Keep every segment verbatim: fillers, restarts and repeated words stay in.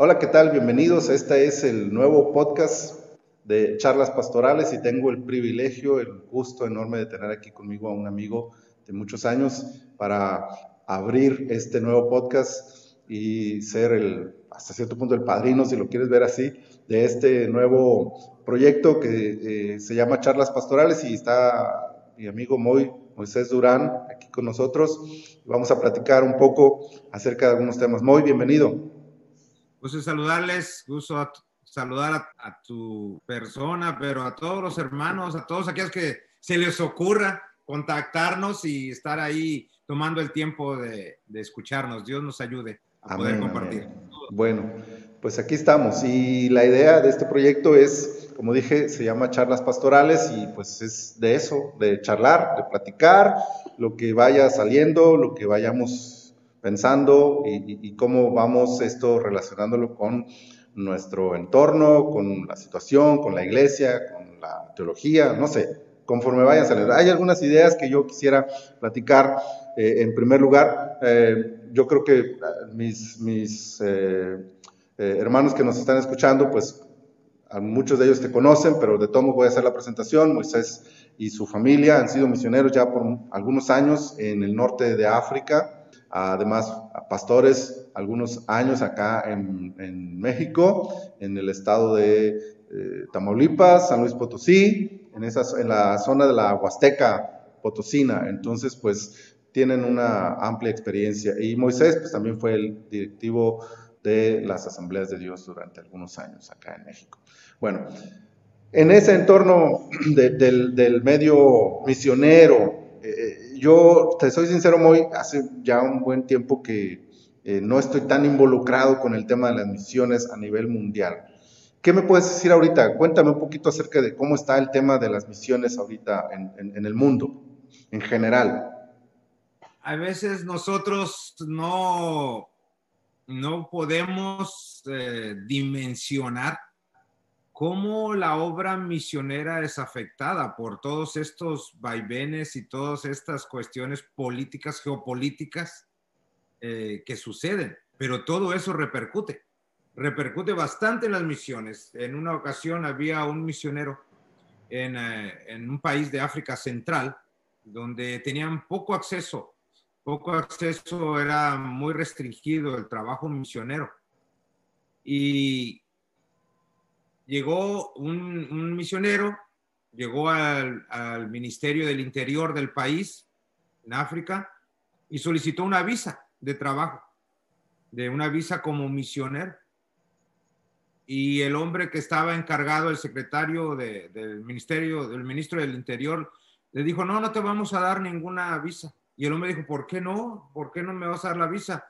Hola, ¿qué tal? Bienvenidos. Este es el nuevo podcast de Charlas Pastorales y tengo el privilegio, el gusto enorme de tener aquí conmigo a un amigo de muchos años para abrir este nuevo podcast y ser el, hasta cierto punto, el padrino, si lo quieres ver así, de este nuevo proyecto que eh, se llama Charlas Pastorales y está mi amigo Moy, Moisés Durán aquí con nosotros. Vamos a platicar un poco acerca de algunos temas. Moy, bienvenido. Gusto saludarles, gusto a, saludar a, a tu persona, pero a todos los hermanos, a todos aquellos que se les ocurra contactarnos y estar ahí tomando el tiempo de, de escucharnos. Dios nos ayude a Amén, poder compartir. amén. Bueno, pues aquí estamos y la idea de este proyecto es, como dije, se llama Charlas Pastorales y pues es de eso, de charlar, de platicar, lo que vaya saliendo, lo que vayamos pensando y, y, y cómo vamos esto relacionándolo con nuestro entorno, con la situación, con la iglesia, con la teología, no sé, conforme vayan saliendo. Hay algunas ideas que yo quisiera platicar. Eh, en primer lugar, eh, yo creo que mis, mis eh, eh, hermanos que nos están escuchando, pues a muchos de ellos te conocen, pero de todos modos voy a hacer la presentación. Moisés y su familia han sido misioneros ya por algunos años en el norte de África, además pastores algunos años acá en, en México, en el estado de eh, Tamaulipas, San Luis Potosí, en, esa, en la zona de la Huasteca Potosina. Entonces, pues tienen una amplia experiencia. Y Moisés, pues también fue el directivo de las Asambleas de Dios durante algunos años acá en México. Bueno, en ese entorno de, del, del medio misionero, eh, yo te soy sincero, Moy, hace ya un buen tiempo que eh, no estoy tan involucrado con el tema de las misiones a nivel mundial. ¿Qué me puedes decir ahorita? Cuéntame un poquito acerca de cómo está el tema de las misiones ahorita en, en, en el mundo, en general. A veces nosotros no, no podemos eh, dimensionar cómo la obra misionera es afectada por todos estos vaivenes y todas estas cuestiones políticas, geopolíticas eh, que suceden. Pero todo eso repercute, repercute bastante en las misiones. En una ocasión había un misionero en, eh, en un país de África Central donde tenían poco acceso, poco acceso, era muy restringido el trabajo misionero. Y llegó un, un misionero, llegó al, al Ministerio del Interior del país, en África, y solicitó una visa de trabajo, de una visa como misionero. Y el hombre que estaba encargado, el secretario de, del ministerio, del ministro del Interior, le dijo, no, no te vamos a dar ninguna visa. Y el hombre dijo, ¿por qué no? ¿Por qué no me vas a dar la visa?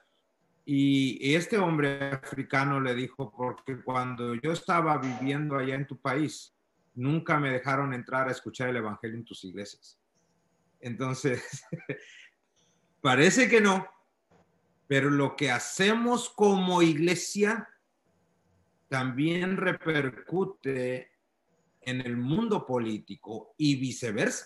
Y este hombre africano le dijo, porque cuando yo estaba viviendo allá en tu país, nunca me dejaron entrar a escuchar el evangelio en tus iglesias. Entonces, parece que no, pero lo que hacemos como iglesia también repercute en el mundo político y viceversa.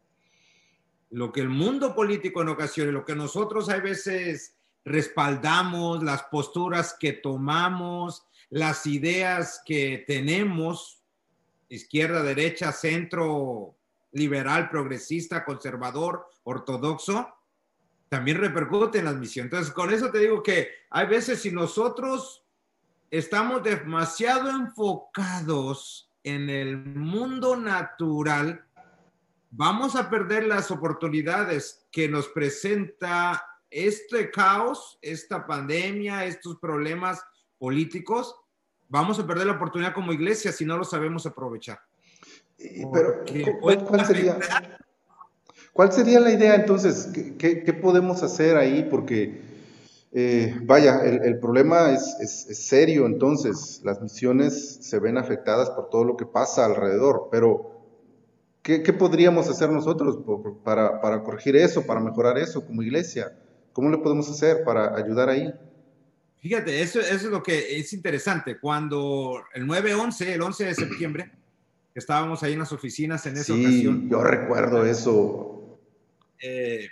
Lo que el mundo político en ocasiones, lo que nosotros a veces respaldamos, las posturas que tomamos, las ideas que tenemos, izquierda, derecha, centro, liberal, progresista, conservador, ortodoxo, también repercute en las misiones. Entonces, con eso te digo que hay veces si nosotros estamos demasiado enfocados en el mundo natural, vamos a perder las oportunidades que nos presenta este caos, esta pandemia, estos problemas políticos. Vamos a perder la oportunidad como iglesia si no lo sabemos aprovechar. Pero, ¿cuál, cuál sería, ¿cuál sería la idea entonces? ¿Qué, qué, qué podemos hacer ahí? Porque, eh, vaya, el, el problema es, es, es serio, entonces las misiones se ven afectadas por todo lo que pasa alrededor, pero ¿Qué, ¿qué, podríamos hacer nosotros para, para corregir eso, para mejorar eso como iglesia? ¿Cómo le podemos hacer para ayudar ahí? Fíjate, eso, eso es lo que es interesante. Cuando el nueve once, el once de septiembre, estábamos ahí en las oficinas en esa sí, ocasión. Sí, yo recuerdo eso. Eh,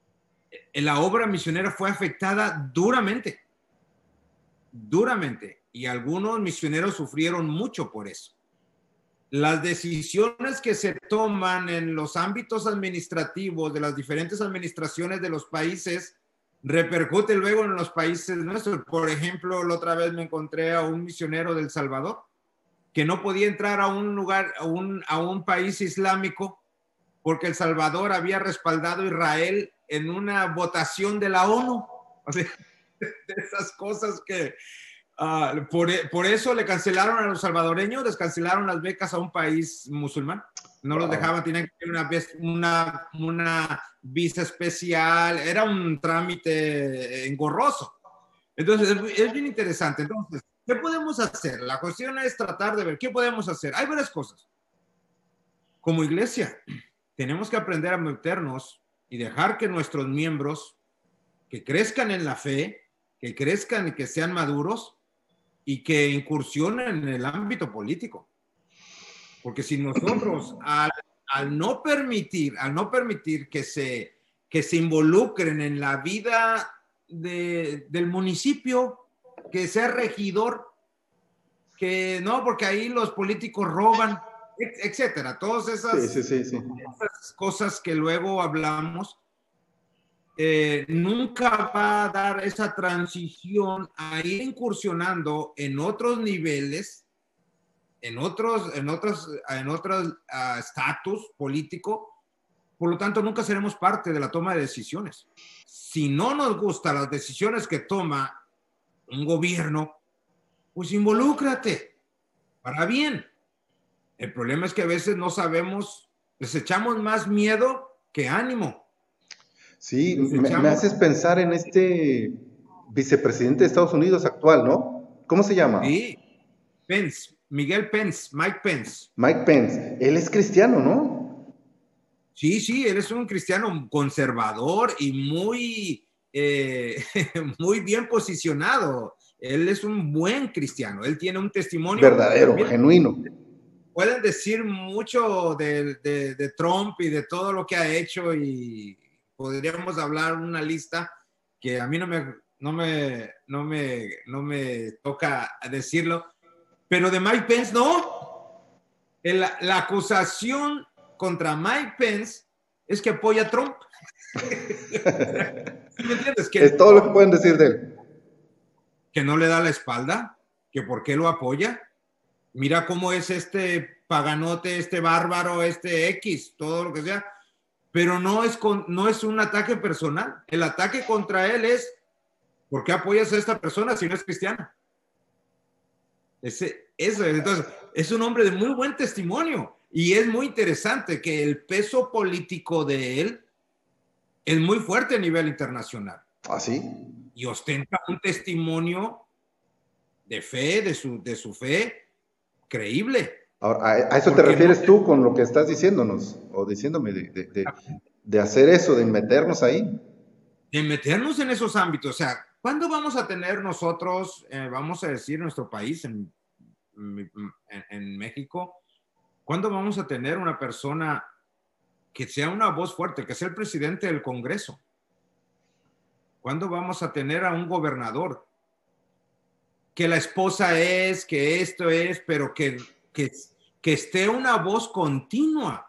la obra misionera fue afectada duramente, duramente. y algunos misioneros sufrieron mucho por eso. Las decisiones que se toman en los ámbitos administrativos de las diferentes administraciones de los países repercuten luego en los países nuestros. Por ejemplo, la otra vez me encontré a un misionero del Salvador que no podía entrar a un lugar, a un, a un país islámico porque El Salvador había respaldado a Israel en una votación de la ONU. O sea, de esas cosas que... Uh, por, por eso le cancelaron a los salvadoreños, les cancelaron las becas a un país musulmán. No los dejaban, tenían que tener una, una, una visa especial, era un trámite engorroso. Entonces, es, es bien interesante. Entonces, ¿qué podemos hacer? La cuestión es tratar de ver qué podemos hacer. Hay varias cosas. Como iglesia, tenemos que aprender a meternos y dejar que nuestros miembros que crezcan en la fe, que crezcan y que sean maduros, y que incursionen en el ámbito político. Porque si nosotros, al, al no permitir, al no permitir que se, que se involucren en la vida de, del municipio, que sea regidor, que no, porque ahí los políticos roban, etcétera. Todas esas, sí, sí, sí, sí. esas cosas que luego hablamos, Eh, nunca va a dar esa transición a ir incursionando en otros niveles, en otros, en otros, en otros estatus uh, político. Por lo tanto, nunca seremos parte de la toma de decisiones. Si no nos gustan las decisiones que toma un gobierno, pues involúcrate para bien. El problema es que a veces no sabemos, les echamos más miedo que ánimo. Sí, me, me haces pensar en este vicepresidente de Estados Unidos actual, ¿no? ¿Cómo se llama? Sí, Pence, Miguel Pence, Mike Pence. Mike Pence, él es cristiano, ¿no? Sí, sí, él es un cristiano conservador y muy, eh, muy bien posicionado. Él es un buen cristiano, él tiene un testimonio. Verdadero, mira, genuino. Pueden decir mucho de, de, de Trump y de todo lo que ha hecho y podríamos hablar una lista que a mí no me, no me, no me, no me toca decirlo, pero de Mike Pence no. El, la acusación contra Mike Pence es que apoya a Trump. ¿Sí me entiendes? Que es todo lo que pueden decir de él. Que no le da la espalda, que por qué lo apoya. Mira cómo es este paganote, este bárbaro, este X, todo lo que sea. Pero no es, con, no es un ataque personal. El ataque contra él es, ¿por qué apoyas a esta persona si no es cristiana? Ese, eso, entonces, es un hombre de muy buen testimonio y es muy interesante que el peso político de él es muy fuerte a nivel internacional. ¿Ah, sí? Y ostenta un testimonio de fe, de su, de su fe, creíble. Ahora, ¿a, a eso te refieres no, tú con lo que estás diciéndonos o diciéndome de, de, de, de hacer eso, de meternos ahí? De meternos en esos ámbitos. O sea, ¿cuándo vamos a tener nosotros, eh, vamos a decir, nuestro país, en, en, en México, cuándo vamos a tener una persona que sea una voz fuerte, que sea el presidente del Congreso? ¿Cuándo vamos a tener a un gobernador que la esposa es, que esto es, pero que, que, que esté una voz continua?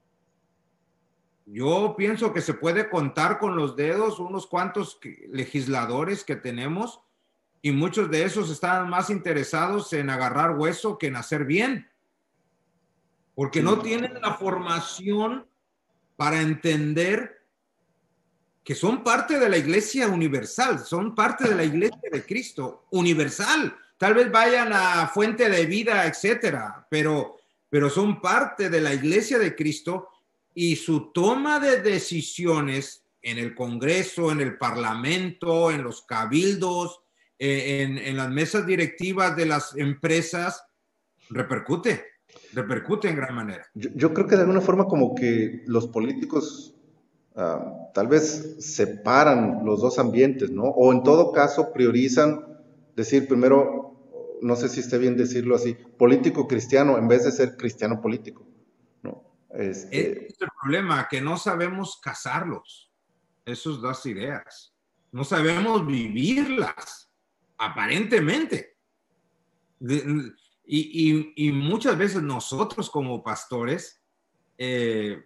Yo pienso que se puede contar con los dedos unos cuantos legisladores que tenemos y muchos de esos están más interesados en agarrar hueso que en hacer bien, porque no tienen la formación para entender que son parte de la iglesia universal, son parte de la iglesia de Cristo universal. Tal vez vayan a Fuente de Vida, etcétera, pero, pero son parte de la iglesia de Cristo y su toma de decisiones en el Congreso, en el Parlamento, en los cabildos, eh, en, en las mesas directivas de las empresas, repercute, repercute en gran manera. Yo, yo creo que de alguna forma como que los políticos uh, tal vez separan los dos ambientes, ¿no? O en todo caso priorizan decir primero, no sé si esté bien decirlo así, político cristiano en vez de ser cristiano político, ¿no? Este... Es el problema, que no sabemos casarlos, esas dos ideas. No sabemos vivirlas, aparentemente. De, y, y, y muchas veces nosotros como pastores eh,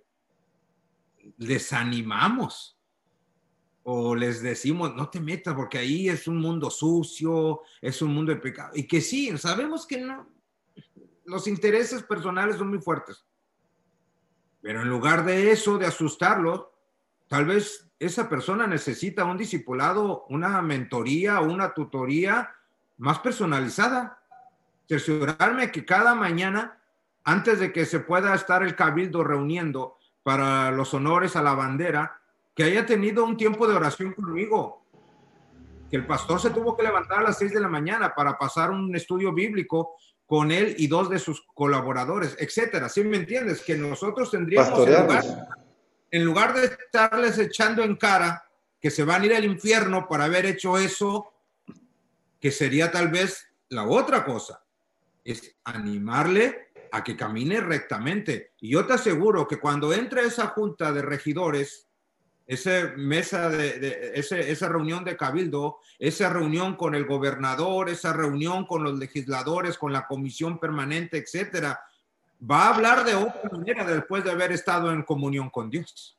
desanimamos o les decimos, no te metas porque ahí es un mundo sucio, es un mundo de pecado. Y que sí, sabemos que no, los intereses personales son muy fuertes. Pero en lugar de eso, de asustarlo, tal vez esa persona necesita un discipulado, una mentoría o una tutoría más personalizada. Cerciorarme que cada mañana, antes de que se pueda estar el cabildo reuniendo para los honores a la bandera, que haya tenido un tiempo de oración conmigo, que el pastor se tuvo que levantar a las seis de la mañana para pasar un estudio bíblico con él y dos de sus colaboradores, etcétera. ¿Sí me entiendes? Que nosotros tendríamos, en lugar, en lugar de estarles echando en cara que se van a ir al infierno por haber hecho eso, que sería tal vez la otra cosa, es animarle a que camine rectamente. Y yo te aseguro que cuando entre esa junta de regidores, esa mesa de, de ese, esa reunión de cabildo, esa reunión con el gobernador, esa reunión con los legisladores, con la comisión permanente, etcétera, va a hablar de otra manera después de haber estado en comunión con Dios.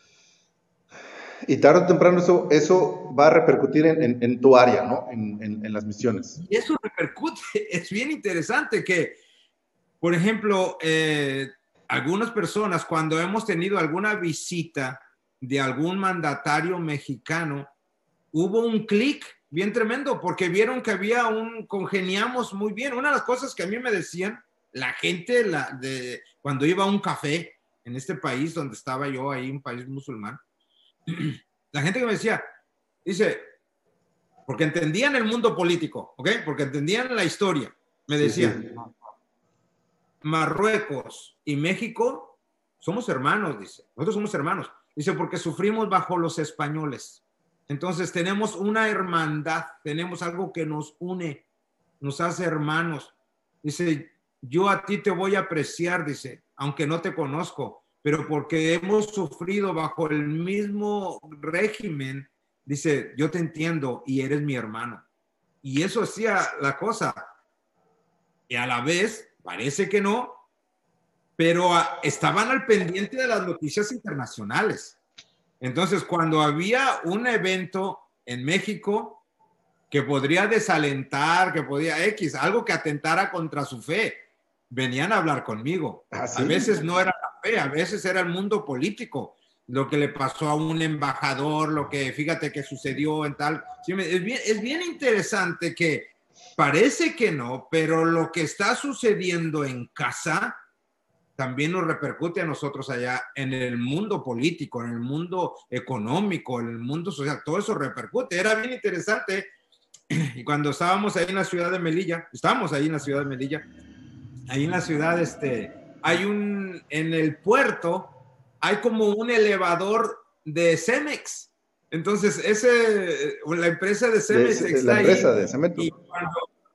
Y tarde o temprano eso, eso va a repercutir en, en, en tu área, ¿no? En, en, en las misiones. Y eso repercute, es bien interesante que, por ejemplo, eh, algunas personas cuando hemos tenido alguna visita de algún mandatario mexicano, hubo un clic bien tremendo porque vieron que había un, congeniamos muy bien. Una de las cosas que a mí me decían la gente la, de, cuando iba a un café en este país donde estaba yo ahí, un país musulmán, la gente que me decía, dice, porque entendían el mundo político, ¿ok? Porque entendían la historia, me decían, sí, sí. Marruecos y México somos hermanos, dice, nosotros somos hermanos. Dice, porque sufrimos bajo los españoles. Entonces tenemos una hermandad, tenemos algo que nos une, nos hace hermanos. Dice, yo a ti te voy a apreciar, dice, aunque no te conozco, pero porque hemos sufrido bajo el mismo régimen, dice, yo te entiendo y eres mi hermano. Y eso hacía la cosa. Y a la vez, parece que no, pero a, estaban al pendiente de las noticias internacionales. Entonces, cuando había un evento en México que podría desalentar, que podía X, algo que atentara contra su fe, venían a hablar conmigo. ¿Ah, sí? A veces no era la fe, a veces era el mundo político, lo que le pasó a un embajador, lo que, fíjate que sucedió en tal. Sí, es bien, es bien interesante que parece que no, pero lo que está sucediendo en casa también nos repercute a nosotros allá en el mundo político, en el mundo económico, en el mundo social, todo eso repercute. Era bien interesante. Y cuando estábamos ahí en la ciudad de Melilla, estábamos ahí en la ciudad de Melilla, ahí en la ciudad, este, hay un, en el puerto, hay como un elevador de Cemex. Entonces, ese, la empresa de Cemex de, está la empresa ahí. de cemento. Y cuando,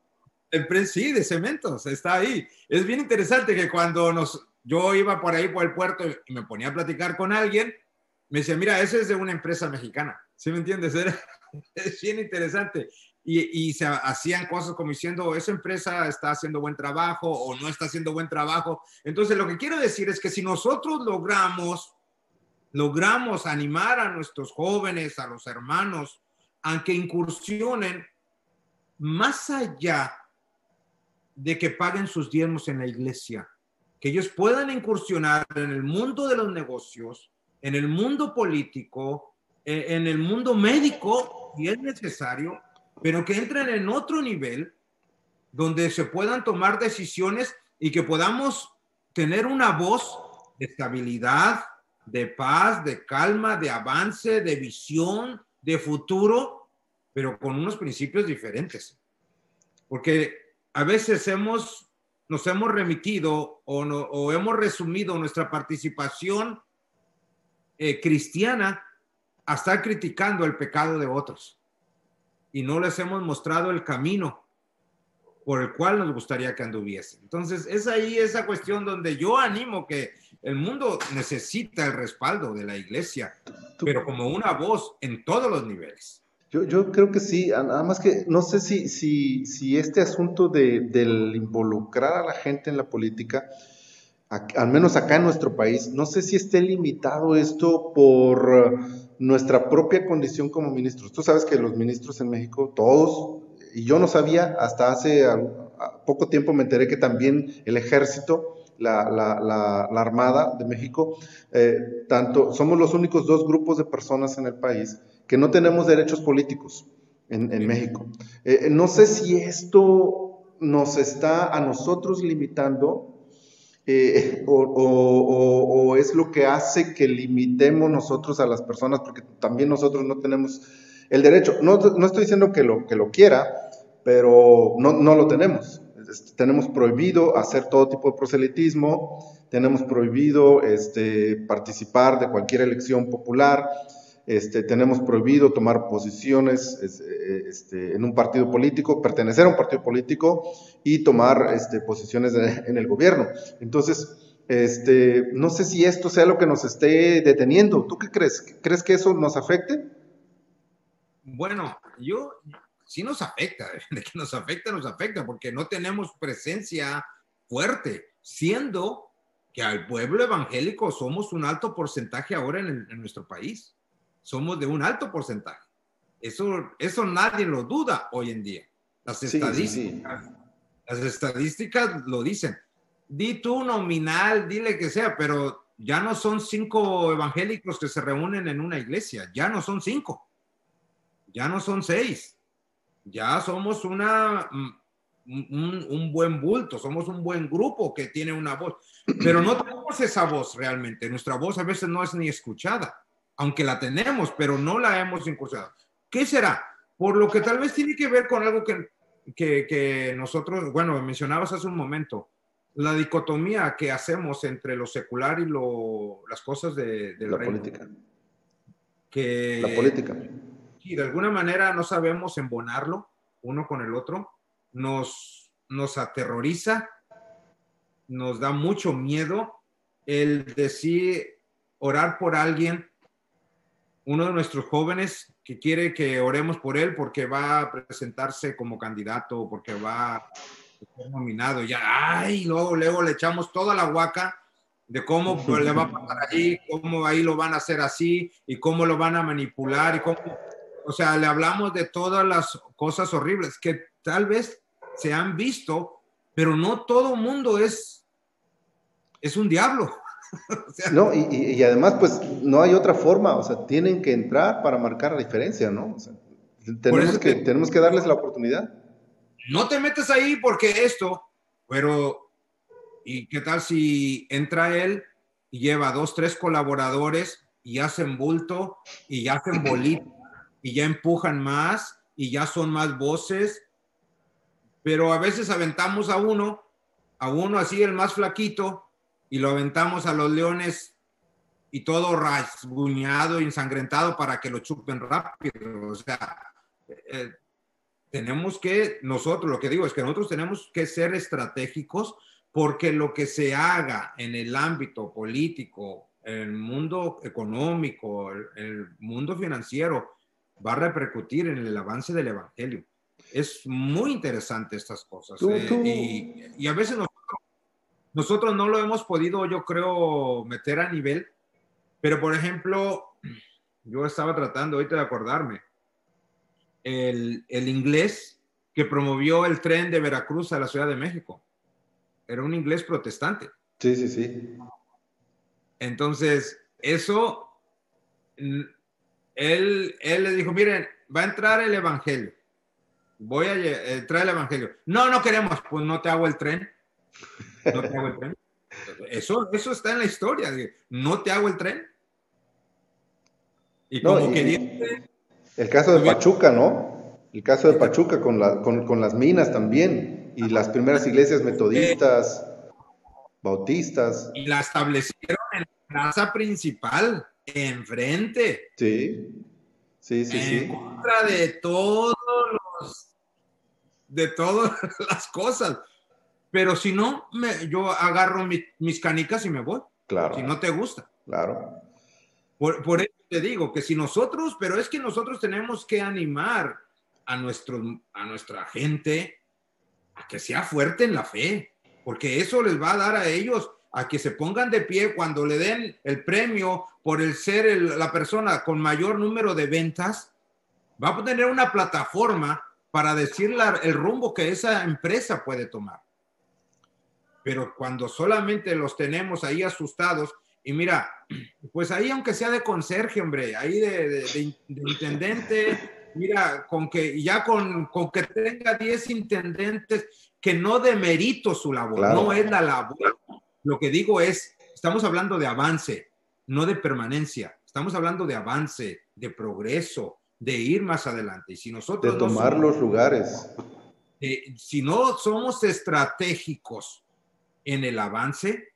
sí, de cementos, está ahí. Es bien interesante que cuando nos, yo iba por ahí por el puerto y me ponía a platicar con alguien, me decía, mira, ese es de una empresa mexicana. ¿Sí me entiendes? Era, es bien interesante. Y, y se hacían cosas como diciendo, esa empresa está haciendo buen trabajo o no está haciendo buen trabajo. Entonces, lo que quiero decir es que si nosotros logramos, logramos animar a nuestros jóvenes, a los hermanos, a que incursionen más allá de que paguen sus diezmos en la iglesia, que ellos puedan incursionar en el mundo de los negocios, en el mundo político, en el mundo médico, si es necesario, pero que entren en otro nivel donde se puedan tomar decisiones y que podamos tener una voz de estabilidad, de paz, de calma, de avance, de visión, de futuro, pero con unos principios diferentes. Porque a veces hemos, nos hemos remitido o, no, o hemos resumido nuestra participación eh, cristiana a estar criticando el pecado de otros y no les hemos mostrado el camino por el cual nos gustaría que anduviesen. Entonces, es ahí esa cuestión donde yo animo que el mundo necesita el respaldo de la iglesia, pero como una voz en todos los niveles. Yo, yo creo que sí, a- nada más que no sé si, si, si este asunto de, del involucrar a la gente en la política, ac- al menos acá en nuestro país, no sé si esté limitado esto por eh, nuestra propia condición como ministros. Tú sabes que los ministros en México, todos, y yo no sabía, hasta hace al- a poco tiempo me enteré que también el ejército, la, la, la, la Armada de México, eh, tanto, somos los únicos dos grupos de personas en el país que no tenemos derechos políticos en, en Sí. México. Eh, no sé si esto nos está a nosotros limitando eh, o, o, o, o, es lo que hace que limitemos nosotros a las personas, porque también nosotros no tenemos el derecho. No, no estoy diciendo que lo, que lo quiera, pero no, no lo tenemos. Tenemos prohibido hacer todo tipo de proselitismo, tenemos prohibido este, participar de cualquier elección popular, este, tenemos prohibido tomar posiciones este, en un partido político, pertenecer a un partido político y tomar este, posiciones de, en el gobierno. Entonces, este, no sé si esto sea lo que nos esté deteniendo. ¿Tú qué crees? ¿Crees que eso nos afecte? Bueno, yo sí nos afecta, de que nos afecta, nos afecta, porque no tenemos presencia fuerte, siendo que al pueblo evangélico somos un alto porcentaje ahora en, el, en nuestro país. Somos de un alto porcentaje. Eso, eso nadie lo duda hoy en día. Las Sí, sí, sí. estadísticas, las estadísticas lo dicen. Di tú nominal, dile que sea, pero ya no son cinco evangélicos que se reúnen en una iglesia, ya no son cinco, ya no son seis, ya somos una, un, un buen bulto, somos un buen grupo que tiene una voz, pero no tenemos esa voz realmente. Nuestra voz a veces no es ni escuchada, aunque la tenemos, pero no la hemos escuchado. ¿Qué será? Por lo que tal vez tiene que ver con algo que, que, que nosotros, bueno, mencionabas hace un momento, la dicotomía que hacemos entre lo secular y lo, las cosas de, del La reino. política. La Que política. y de alguna manera no sabemos embonarlo uno con el otro, nos, nos aterroriza, nos da mucho miedo el decir, orar por alguien, uno de nuestros jóvenes que quiere que oremos por él porque va a presentarse como candidato, porque va a ser nominado, ya, ay, luego, luego le echamos toda la huaca de cómo le va a pasar allí, cómo ahí lo van a hacer así y cómo lo van a manipular y cómo, o sea, le hablamos de todas las cosas horribles que tal vez se han visto, pero no todo mundo es, es un diablo. O sea, No, y, y, y, además, pues no hay otra forma, o sea, tienen que entrar para marcar la diferencia, ¿no? O sea, por tenemos eso que, te, tenemos que darles la oportunidad. no te metes ahí porque esto, pero ¿y qué tal si entra él y lleva dos, tres colaboradores y hacen bulto y ya hacen bolita y ya empujan más y ya son más voces? Pero a veces aventamos a uno, a uno así el más flaquito, y lo aventamos a los leones y todo rasguñado y ensangrentado para que lo chupen rápido. O sea, eh, tenemos que, nosotros, lo que digo es que nosotros tenemos que ser estratégicos porque lo que se haga en el ámbito político, en el mundo económico, el, el mundo financiero, va a repercutir en el avance del evangelio. Es muy interesante estas cosas Tú, eh, tú, y, y a veces nosotros, nosotros no lo hemos podido, yo creo, meter a nivel, pero por ejemplo, yo estaba tratando ahorita de acordarme, el, el inglés que promovió el tren de Veracruz a la Ciudad de México. Era un inglés protestante. sí, sí, sí. Entonces, eso, él, él le dijo, miren, va a entrar el evangelio. Voy a entrar el evangelio. No, no queremos. Pues no te hago el tren. No te hago el tren. Eso, eso está en la historia. No te hago el tren. Y No, como y, quería... y el caso de Tuvieron, Pachuca, ¿no? El caso de Pachuca con, la, con, con las minas también, y las primeras iglesias metodistas, bautistas. y la establecieron en la plaza principal, enfrente, Sí, sí, sí, en sí. contra de todos los, de todas las cosas. Pero si no, me, yo agarro mi, mis canicas y me voy. Si Claro, no te gusta. claro. Por, por eso te digo que si nosotros, pero es que nosotros tenemos que animar a, nuestro, a nuestra gente a que sea fuerte en la fe, porque eso les va a dar a ellos a que se pongan de pie cuando le den el premio por el ser el, la persona con mayor número de ventas. Va a tener una plataforma para decir la, el rumbo que esa empresa puede tomar. Pero cuando solamente los tenemos ahí asustados, y mira, pues ahí aunque sea de conserje, hombre, ahí de, de, de, de intendente, mira, con que ya con, con que tenga diez intendentes, que no demerito su labor, claro. No es la labor. Lo que digo es, estamos hablando de avance, no de permanencia. Estamos hablando de avance, de progreso, de ir más adelante. Y si nosotros de tomar no somos, los lugares. Eh, si no somos estratégicos en el avance,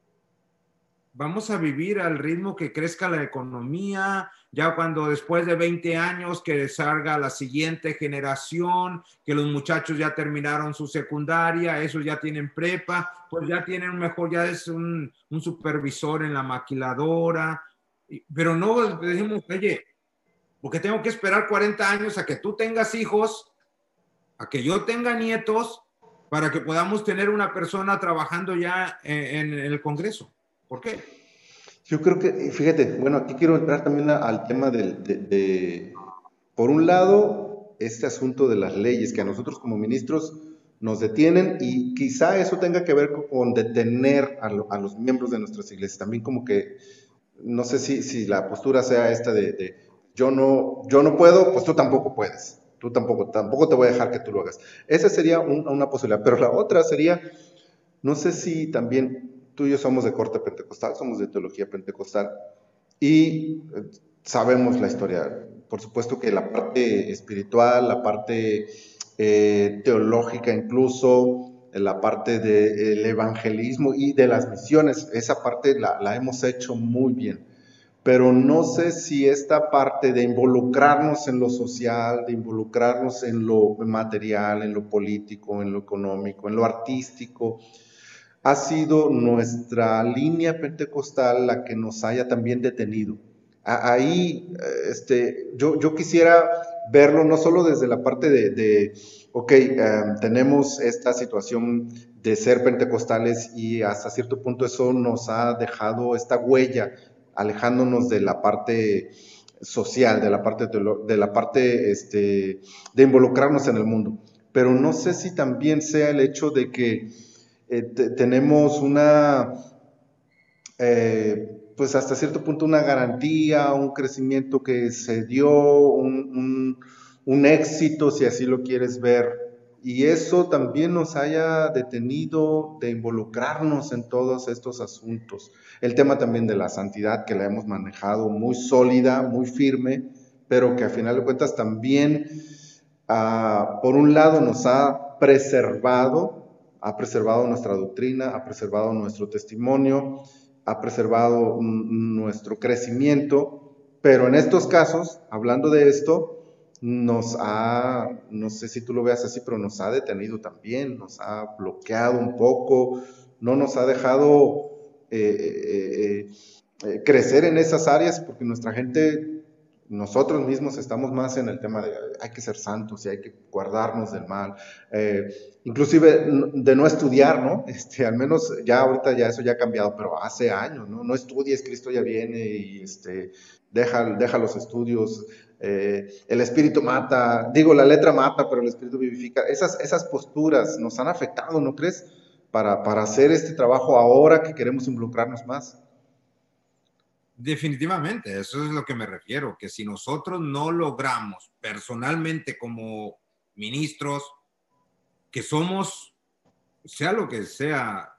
vamos a vivir al ritmo que crezca la economía, ya cuando después de veinte años que salga la siguiente generación, que los muchachos ya terminaron su secundaria, esos ya tienen prepa, pues ya tienen mejor, ya es un, un supervisor en la maquiladora, pero no decimos, oye, porque tengo que esperar cuarenta años a que tú tengas hijos, a que yo tenga nietos, para que podamos tener una persona trabajando ya en, en el Congreso. ¿Por qué? Yo creo que, fíjate, bueno, aquí quiero entrar también a, al tema del, de, de, por un lado, este asunto de las leyes que a nosotros como ministros nos detienen y quizá eso tenga que ver con, con detener a, lo, a los miembros de nuestras iglesias. También como que, no sé si, si la postura sea esta de, de yo, no, yo no puedo, pues tú tampoco puedes. Tú tampoco, tampoco te voy a dejar que tú lo hagas. Esa sería un, una posibilidad. Pero la otra sería, no sé si también tú y yo somos de corte pentecostal, somos de teología pentecostal y sabemos la historia. Por supuesto que la parte espiritual, la parte eh, teológica incluso, la parte del evangelismo y de las misiones, esa parte la, la hemos hecho muy bien. Pero no sé si esta parte de involucrarnos en lo social, de involucrarnos en lo material, en lo político, en lo económico, en lo artístico, ha sido nuestra línea pentecostal la que nos haya también detenido. Ahí, este, yo, yo quisiera verlo no solo desde la parte de, de ok, um, tenemos esta situación de ser pentecostales y hasta cierto punto eso nos ha dejado esta huella, alejándonos de la parte social, de la parte, de la parte este, de involucrarnos en el mundo. Pero no sé si también sea el hecho de que eh, te, tenemos una, eh, pues hasta cierto punto una garantía, un crecimiento que se dio, un, un, un éxito, si así lo quieres ver, y eso también nos haya detenido de involucrarnos en todos estos asuntos. El tema también de la santidad, que la hemos manejado muy sólida, muy firme, pero que a final de cuentas también, uh, por un lado, nos ha preservado, ha preservado nuestra doctrina, ha preservado nuestro testimonio, ha preservado nuestro crecimiento, pero en estos casos, hablando de esto, nos ha, no sé si tú lo veas así, pero nos ha detenido también, nos ha bloqueado un poco, no nos ha dejado eh, eh, eh, crecer en esas áreas, porque nuestra gente, nosotros mismos estamos más en el tema de hay que ser santos y hay que guardarnos del mal, eh, inclusive de no estudiar, ¿no? Este, al menos ya ahorita ya eso ya ha cambiado, pero hace años, ¿no? No estudies, Cristo ya viene y este, deja, deja los estudios. Eh, el espíritu mata, digo, la letra mata, pero el espíritu vivifica. Esas, esas posturas nos han afectado, ¿no crees? Para, para hacer este trabajo ahora que queremos involucrarnos más. Definitivamente, eso es lo que me refiero, que si nosotros no logramos personalmente como ministros, que somos, sea lo que sea,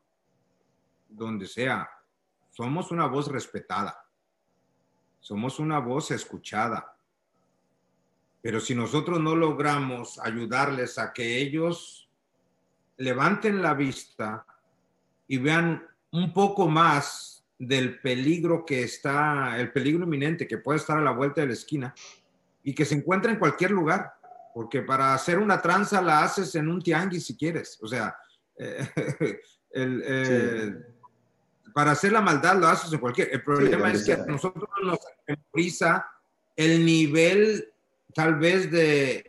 donde sea, somos una voz respetada, somos una voz escuchada. Pero si nosotros no logramos ayudarles a que ellos levanten la vista y vean un poco más del peligro que está, el peligro inminente que puede estar a la vuelta de la esquina y que se encuentra en cualquier lugar, porque para hacer una tranza la haces en un tianguis si quieres, o sea, eh, el, eh, sí. para hacer la maldad lo haces en cualquier. El problema sí, es que a nosotros nos memoriza el nivel tal vez de,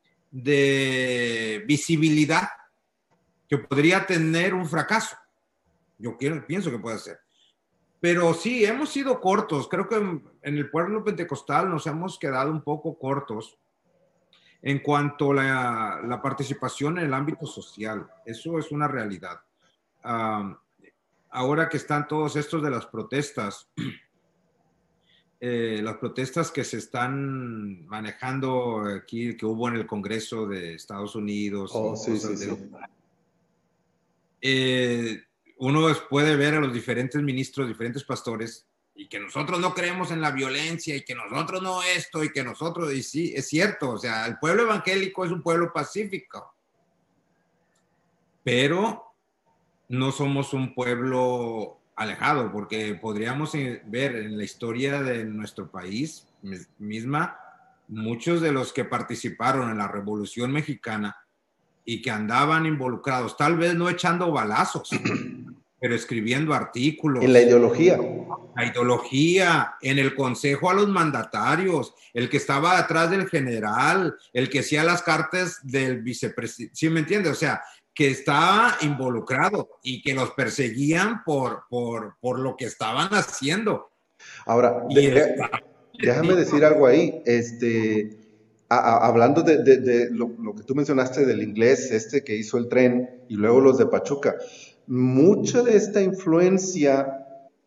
de visibilidad que podría tener un fracaso. Yo quiero, pienso que puede ser. Pero sí, hemos sido cortos. Creo que en, en el pueblo pentecostal nos hemos quedado un poco cortos en cuanto a la, la participación en el ámbito social. Eso es una realidad. Um, ahora que están todos estos de las protestas, eh, las protestas que se están manejando aquí, que hubo en el Congreso de Estados Unidos, oh, y sí, cosas sí, de sí. Eh, uno puede ver a los diferentes ministros, diferentes pastores, y que nosotros no creemos en la violencia, y que nosotros no esto, y que nosotros, y sí, es cierto, o sea, el pueblo evangélico es un pueblo pacífico, pero no somos un pueblo alejado, porque podríamos ver en la historia de nuestro país misma, muchos de los que participaron en la Revolución Mexicana y que andaban involucrados, tal vez no echando balazos, pero escribiendo artículos. En la ideología. La ideología, en el consejo a los mandatarios, el que estaba atrás del general, el que hacía las cartas del vicepresidente, ¿sí me entiendes? O sea, que estaba involucrado y que los perseguían por, por, por lo que estaban haciendo. Ahora, Y de, de, déjame decir algo ahí. Este, a, a, hablando de, de, de lo, lo que tú mencionaste del inglés, este que hizo el tren, y luego los de Pachuca, mucha de esta influencia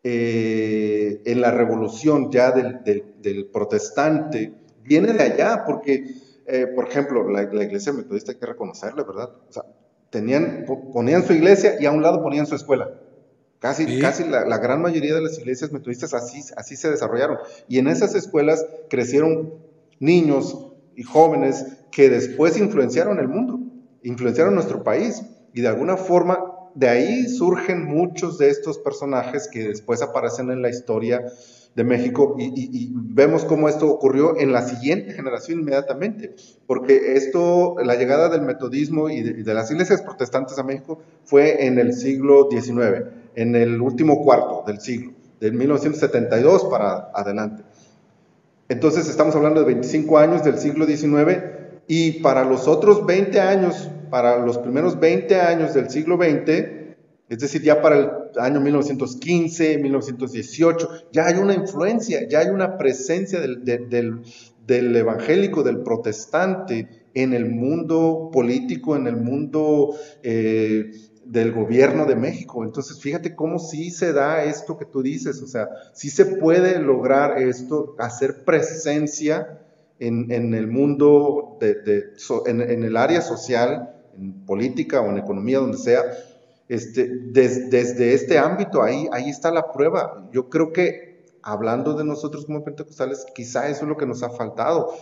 eh, en la revolución ya del, del, del protestante viene de allá, porque, eh, por ejemplo, la, la iglesia metodista hay que reconocerla, ¿verdad? O sea, tenían, ponían su iglesia y a un lado ponían su escuela. Casi, ¿sí? casi la, la, gran mayoría de las iglesias metodistas así, así se desarrollaron. Y en esas escuelas crecieron niños y jóvenes que después influenciaron el mundo, influenciaron nuestro país. Y de alguna forma, de ahí surgen muchos de estos personajes que después aparecen en la historia de México y, y, y vemos cómo esto ocurrió en la siguiente generación inmediatamente, porque esto, la llegada del metodismo y de, y de las iglesias protestantes a México fue en el siglo diecinueve, en el último cuarto del siglo, de mil novecientos setenta y dos para adelante. Entonces estamos hablando de veinticinco años del siglo diecinueve y para los otros veinte años, para los primeros veinte años del siglo veinte, es decir, ya para el año mil novecientos quince, mil novecientos dieciocho, ya hay una influencia, ya hay una presencia del, de, del, del evangélico, del protestante en el mundo político, en el mundo eh, del gobierno de México. Entonces, fíjate cómo sí se da esto que tú dices, o sea, sí se puede lograr esto, hacer presencia en, en el mundo, de, de, en, en el área social, en política o en economía, donde sea. Este, des, desde este ámbito, ahí, ahí está la prueba. Yo creo que, hablando de nosotros como pentecostales, quizá eso es lo que nos ha faltado.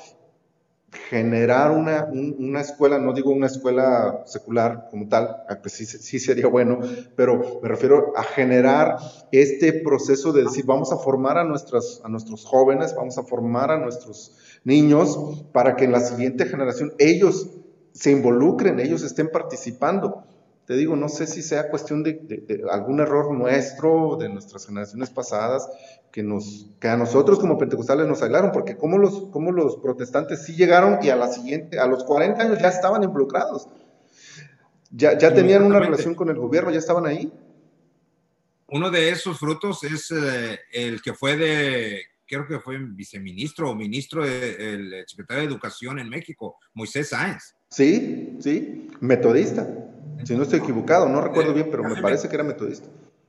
Generar una, un, una escuela, no digo una escuela secular como tal, aunque sí, sí sería bueno, pero me refiero a generar este proceso de decir, vamos a formar a, nuestras, a nuestros jóvenes, vamos a formar a nuestros niños para que en la siguiente generación ellos se involucren, ellos estén participando. Te digo, no sé si sea cuestión de, de, de algún error nuestro, de nuestras generaciones pasadas, que, nos, que a nosotros como pentecostales nos aislaron, porque como los, como los protestantes sí llegaron y a la siguiente, a los cuarenta años ya estaban involucrados, ya, ya tenían una relación con el gobierno, ya estaban ahí. Uno de esos frutos es eh, el que fue de, creo que fue viceministro o ministro del de, secretario de Educación en México, Moisés Sáenz. Sí, sí, metodista. Si no estoy equivocado, no recuerdo bien, pero me parece que era metodista.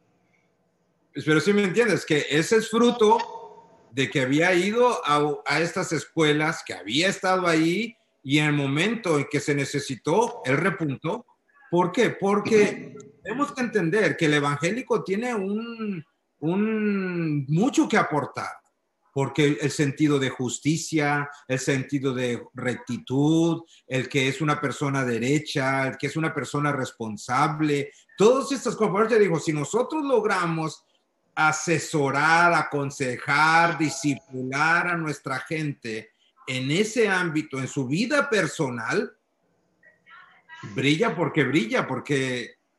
Pero sí me entiendes, que ese es fruto de que había ido a, a estas escuelas, que había estado ahí, y en el momento en que se necesitó, él repuntó. ¿Por qué? Porque tenemos que entender que el evangélico tiene un, un mucho que aportar, porque el sentido de justicia, el sentido de rectitud, el que es una persona derecha, el que es una persona responsable, todas estas cosas. Por eso te digo, si nosotros logramos asesorar, aconsejar, discipular a nuestra gente en ese ámbito, en su vida personal, brilla porque brilla, porque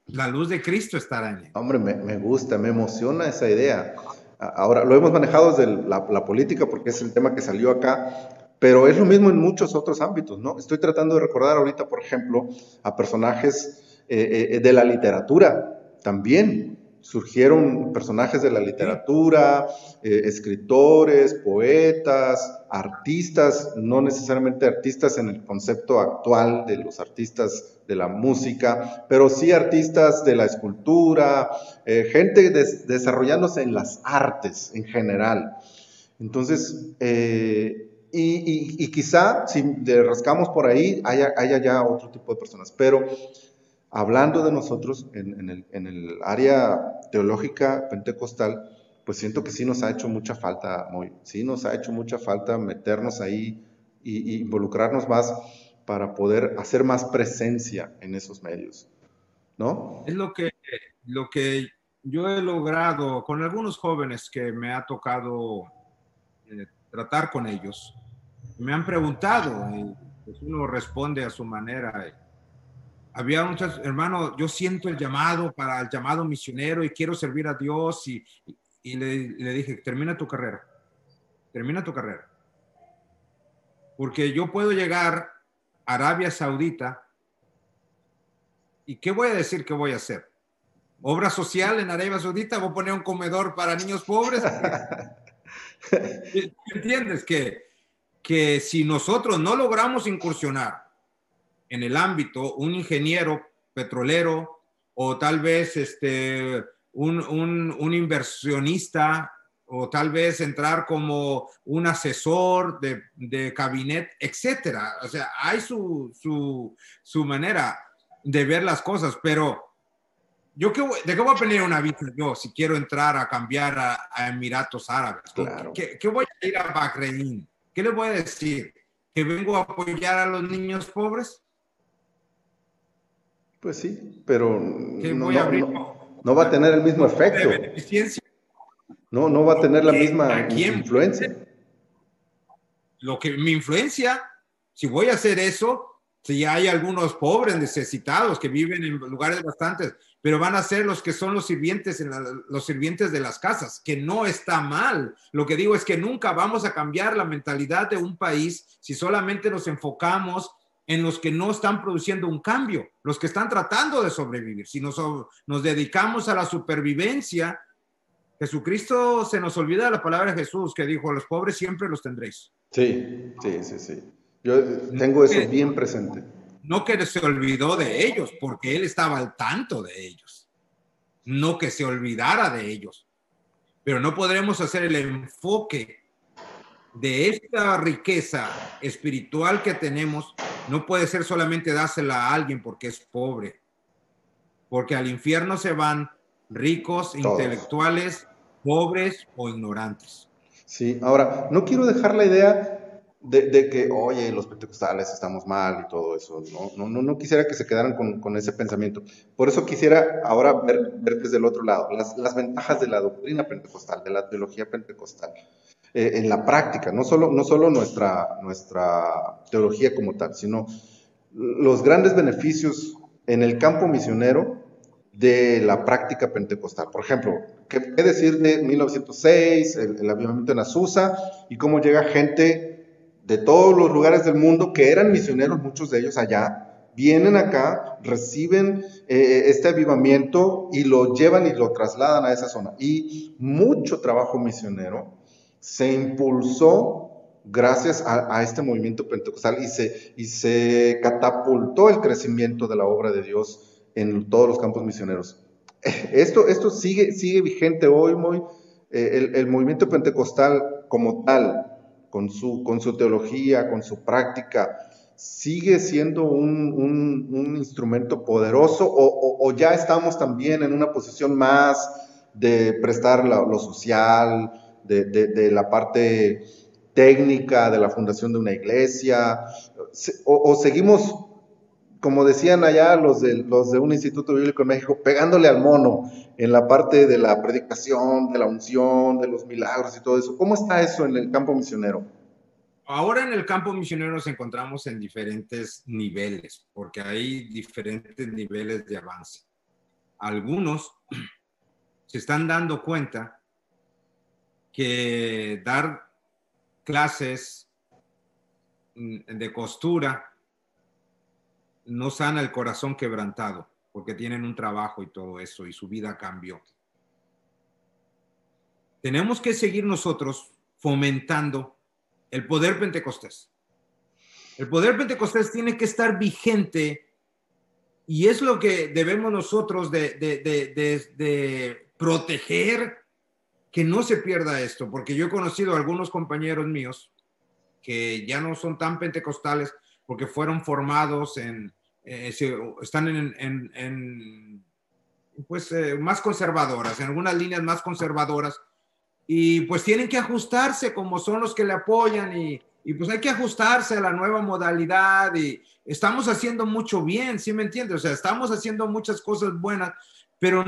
La luz de Cristo estará en él. Hombre, me, me gusta, me emociona esa idea. Ahora, lo hemos manejado desde la, la política porque es el tema que salió acá, pero es lo mismo en muchos otros ámbitos, ¿no? Estoy tratando de recordar ahorita, por ejemplo, a personajes eh, eh, de la literatura también. Surgieron personajes de la literatura, eh, escritores, poetas, artistas, no necesariamente artistas en el concepto actual de los artistas de la música, pero sí artistas de la escultura, eh, gente des desarrollándose en las artes en general. Entonces, eh, y, y, y, quizá si le rascamos por ahí, haya, haya ya otro tipo de personas, pero hablando de nosotros en, en, el, en el área teológica pentecostal, pues siento que sí nos ha hecho mucha falta, Moy, sí nos ha hecho mucha falta meternos ahí y, y involucrarnos más para poder hacer más presencia en esos medios, ¿no? Es lo que, lo que yo he logrado con algunos jóvenes que me ha tocado eh, tratar con ellos. Me han preguntado y pues uno responde a su manera. Había muchos, hermano, yo siento el llamado para el llamado misionero y quiero servir a Dios y, y, y le, le dije, termina tu carrera, termina tu carrera. Porque yo puedo llegar a Arabia Saudita y ¿qué voy a decir que voy a hacer? ¿Obra social en Arabia Saudita? ¿Voy a poner un comedor para niños pobres? ¿Entiendes? Que, que si nosotros no logramos incursionar en el ámbito, un ingeniero petrolero o tal vez este, un, un, un inversionista o tal vez entrar como un asesor de, de cabinet, etcétera. O sea, hay su, su, su manera de ver las cosas, pero yo qué, ¿de qué voy a pedir una visa yo si quiero entrar a cambiar a, a Emiratos Árabes? Claro. ¿Qué, qué voy a ir a Bahrein? ¿Qué les voy a decir? ¿Que vengo a apoyar a los niños pobres? Pues sí, pero no, voy a no, abrir no, no va a tener el mismo efecto. De beneficencia. No, no va a tener la misma ¿A quién? influencia. Lo que mi influencia, si voy a hacer eso, si hay algunos pobres necesitados que viven en lugares bastantes, pero van a ser los que son los sirvientes, en la, los sirvientes de las casas, que no está mal. Lo que digo es que nunca vamos a cambiar la mentalidad de un país si solamente nos enfocamos en los que no están produciendo un cambio, los que están tratando de sobrevivir. Si nos, nos dedicamos a la supervivencia, Jesucristo se nos olvida de la palabra de Jesús que dijo, a los pobres siempre los tendréis. Sí, sí, sí, sí. Yo tengo no eso que, bien presente. No que se olvidó de ellos, porque él estaba al tanto de ellos. No que se olvidara de ellos. Pero no podremos hacer el enfoque de esta riqueza espiritual que tenemos, no puede ser solamente dársela a alguien porque es pobre. Porque al infierno se van ricos, todos, intelectuales, pobres o ignorantes. Sí, ahora, no quiero dejar la idea de, de que, oye, los pentecostales estamos mal y todo eso. No, no, no quisiera que se quedaran con, con ese pensamiento. Por eso quisiera ahora ver, ver desde el otro lado las, las ventajas de la doctrina pentecostal, de la teología pentecostal. Eh, en la práctica, no solo, no solo nuestra, nuestra teología como tal, sino los grandes beneficios en el campo misionero de la práctica pentecostal. Por ejemplo, ¿qué, qué decir de mil novecientos seis, el, el avivamiento en Azusa, y cómo llega gente de todos los lugares del mundo que eran misioneros, muchos de ellos allá, vienen acá, reciben eh, este avivamiento y lo llevan y lo trasladan a esa zona. Y mucho trabajo misionero se impulsó gracias a, a este movimiento pentecostal y se, y se catapultó el crecimiento de la obra de Dios en todos los campos misioneros. Esto, esto sigue, sigue vigente hoy, muy, eh, el, el movimiento pentecostal como tal, con su, con su teología, con su práctica, sigue siendo un, un, un instrumento poderoso o, o, o ya estamos también en una posición más de prestar la, lo social, de, de, de la parte técnica de la fundación de una iglesia, o, o seguimos, como decían allá los de, los de un instituto bíblico en México, pegándole al mono en la parte de la predicación, de la unción, de los milagros y todo eso. ¿Cómo está eso en el campo misionero? Ahora en el campo misionero nos encontramos en diferentes niveles, porque hay diferentes niveles de avance. algunos se están dando cuenta que dar clases de costura no sana el corazón quebrantado, porque tienen un trabajo y todo eso, y su vida cambió. Tenemos que seguir nosotros fomentando el poder pentecostés. El poder pentecostés tiene que estar vigente, y es lo que debemos nosotros de, de, de, de, de proteger, que no se pierda esto, porque yo he conocido a algunos compañeros míos que ya no son tan pentecostales porque fueron formados en, eh, están en, en, en pues, eh, más conservadoras, en algunas líneas más conservadoras, y pues tienen que ajustarse como son los que le apoyan, y, y pues hay que ajustarse a la nueva modalidad, y estamos haciendo mucho bien, ¿sí me entiendes? O sea, estamos haciendo muchas cosas buenas, pero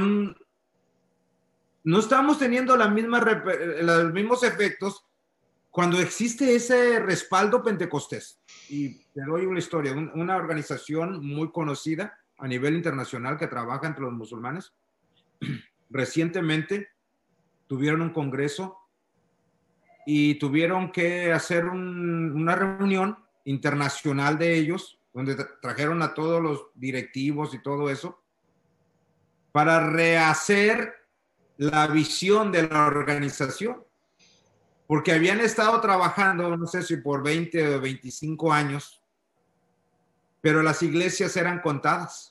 no estamos teniendo la misma, los mismos efectos cuando existe ese respaldo pentecostés. Y te doy una historia, una organización muy conocida a nivel internacional que trabaja entre los musulmanes, recientemente tuvieron un congreso y tuvieron que hacer un, una reunión internacional de ellos, donde trajeron a todos los directivos y todo eso, para rehacer la visión de la organización, porque habían estado trabajando, no sé si por veinte o veinticinco años, pero las iglesias eran contadas.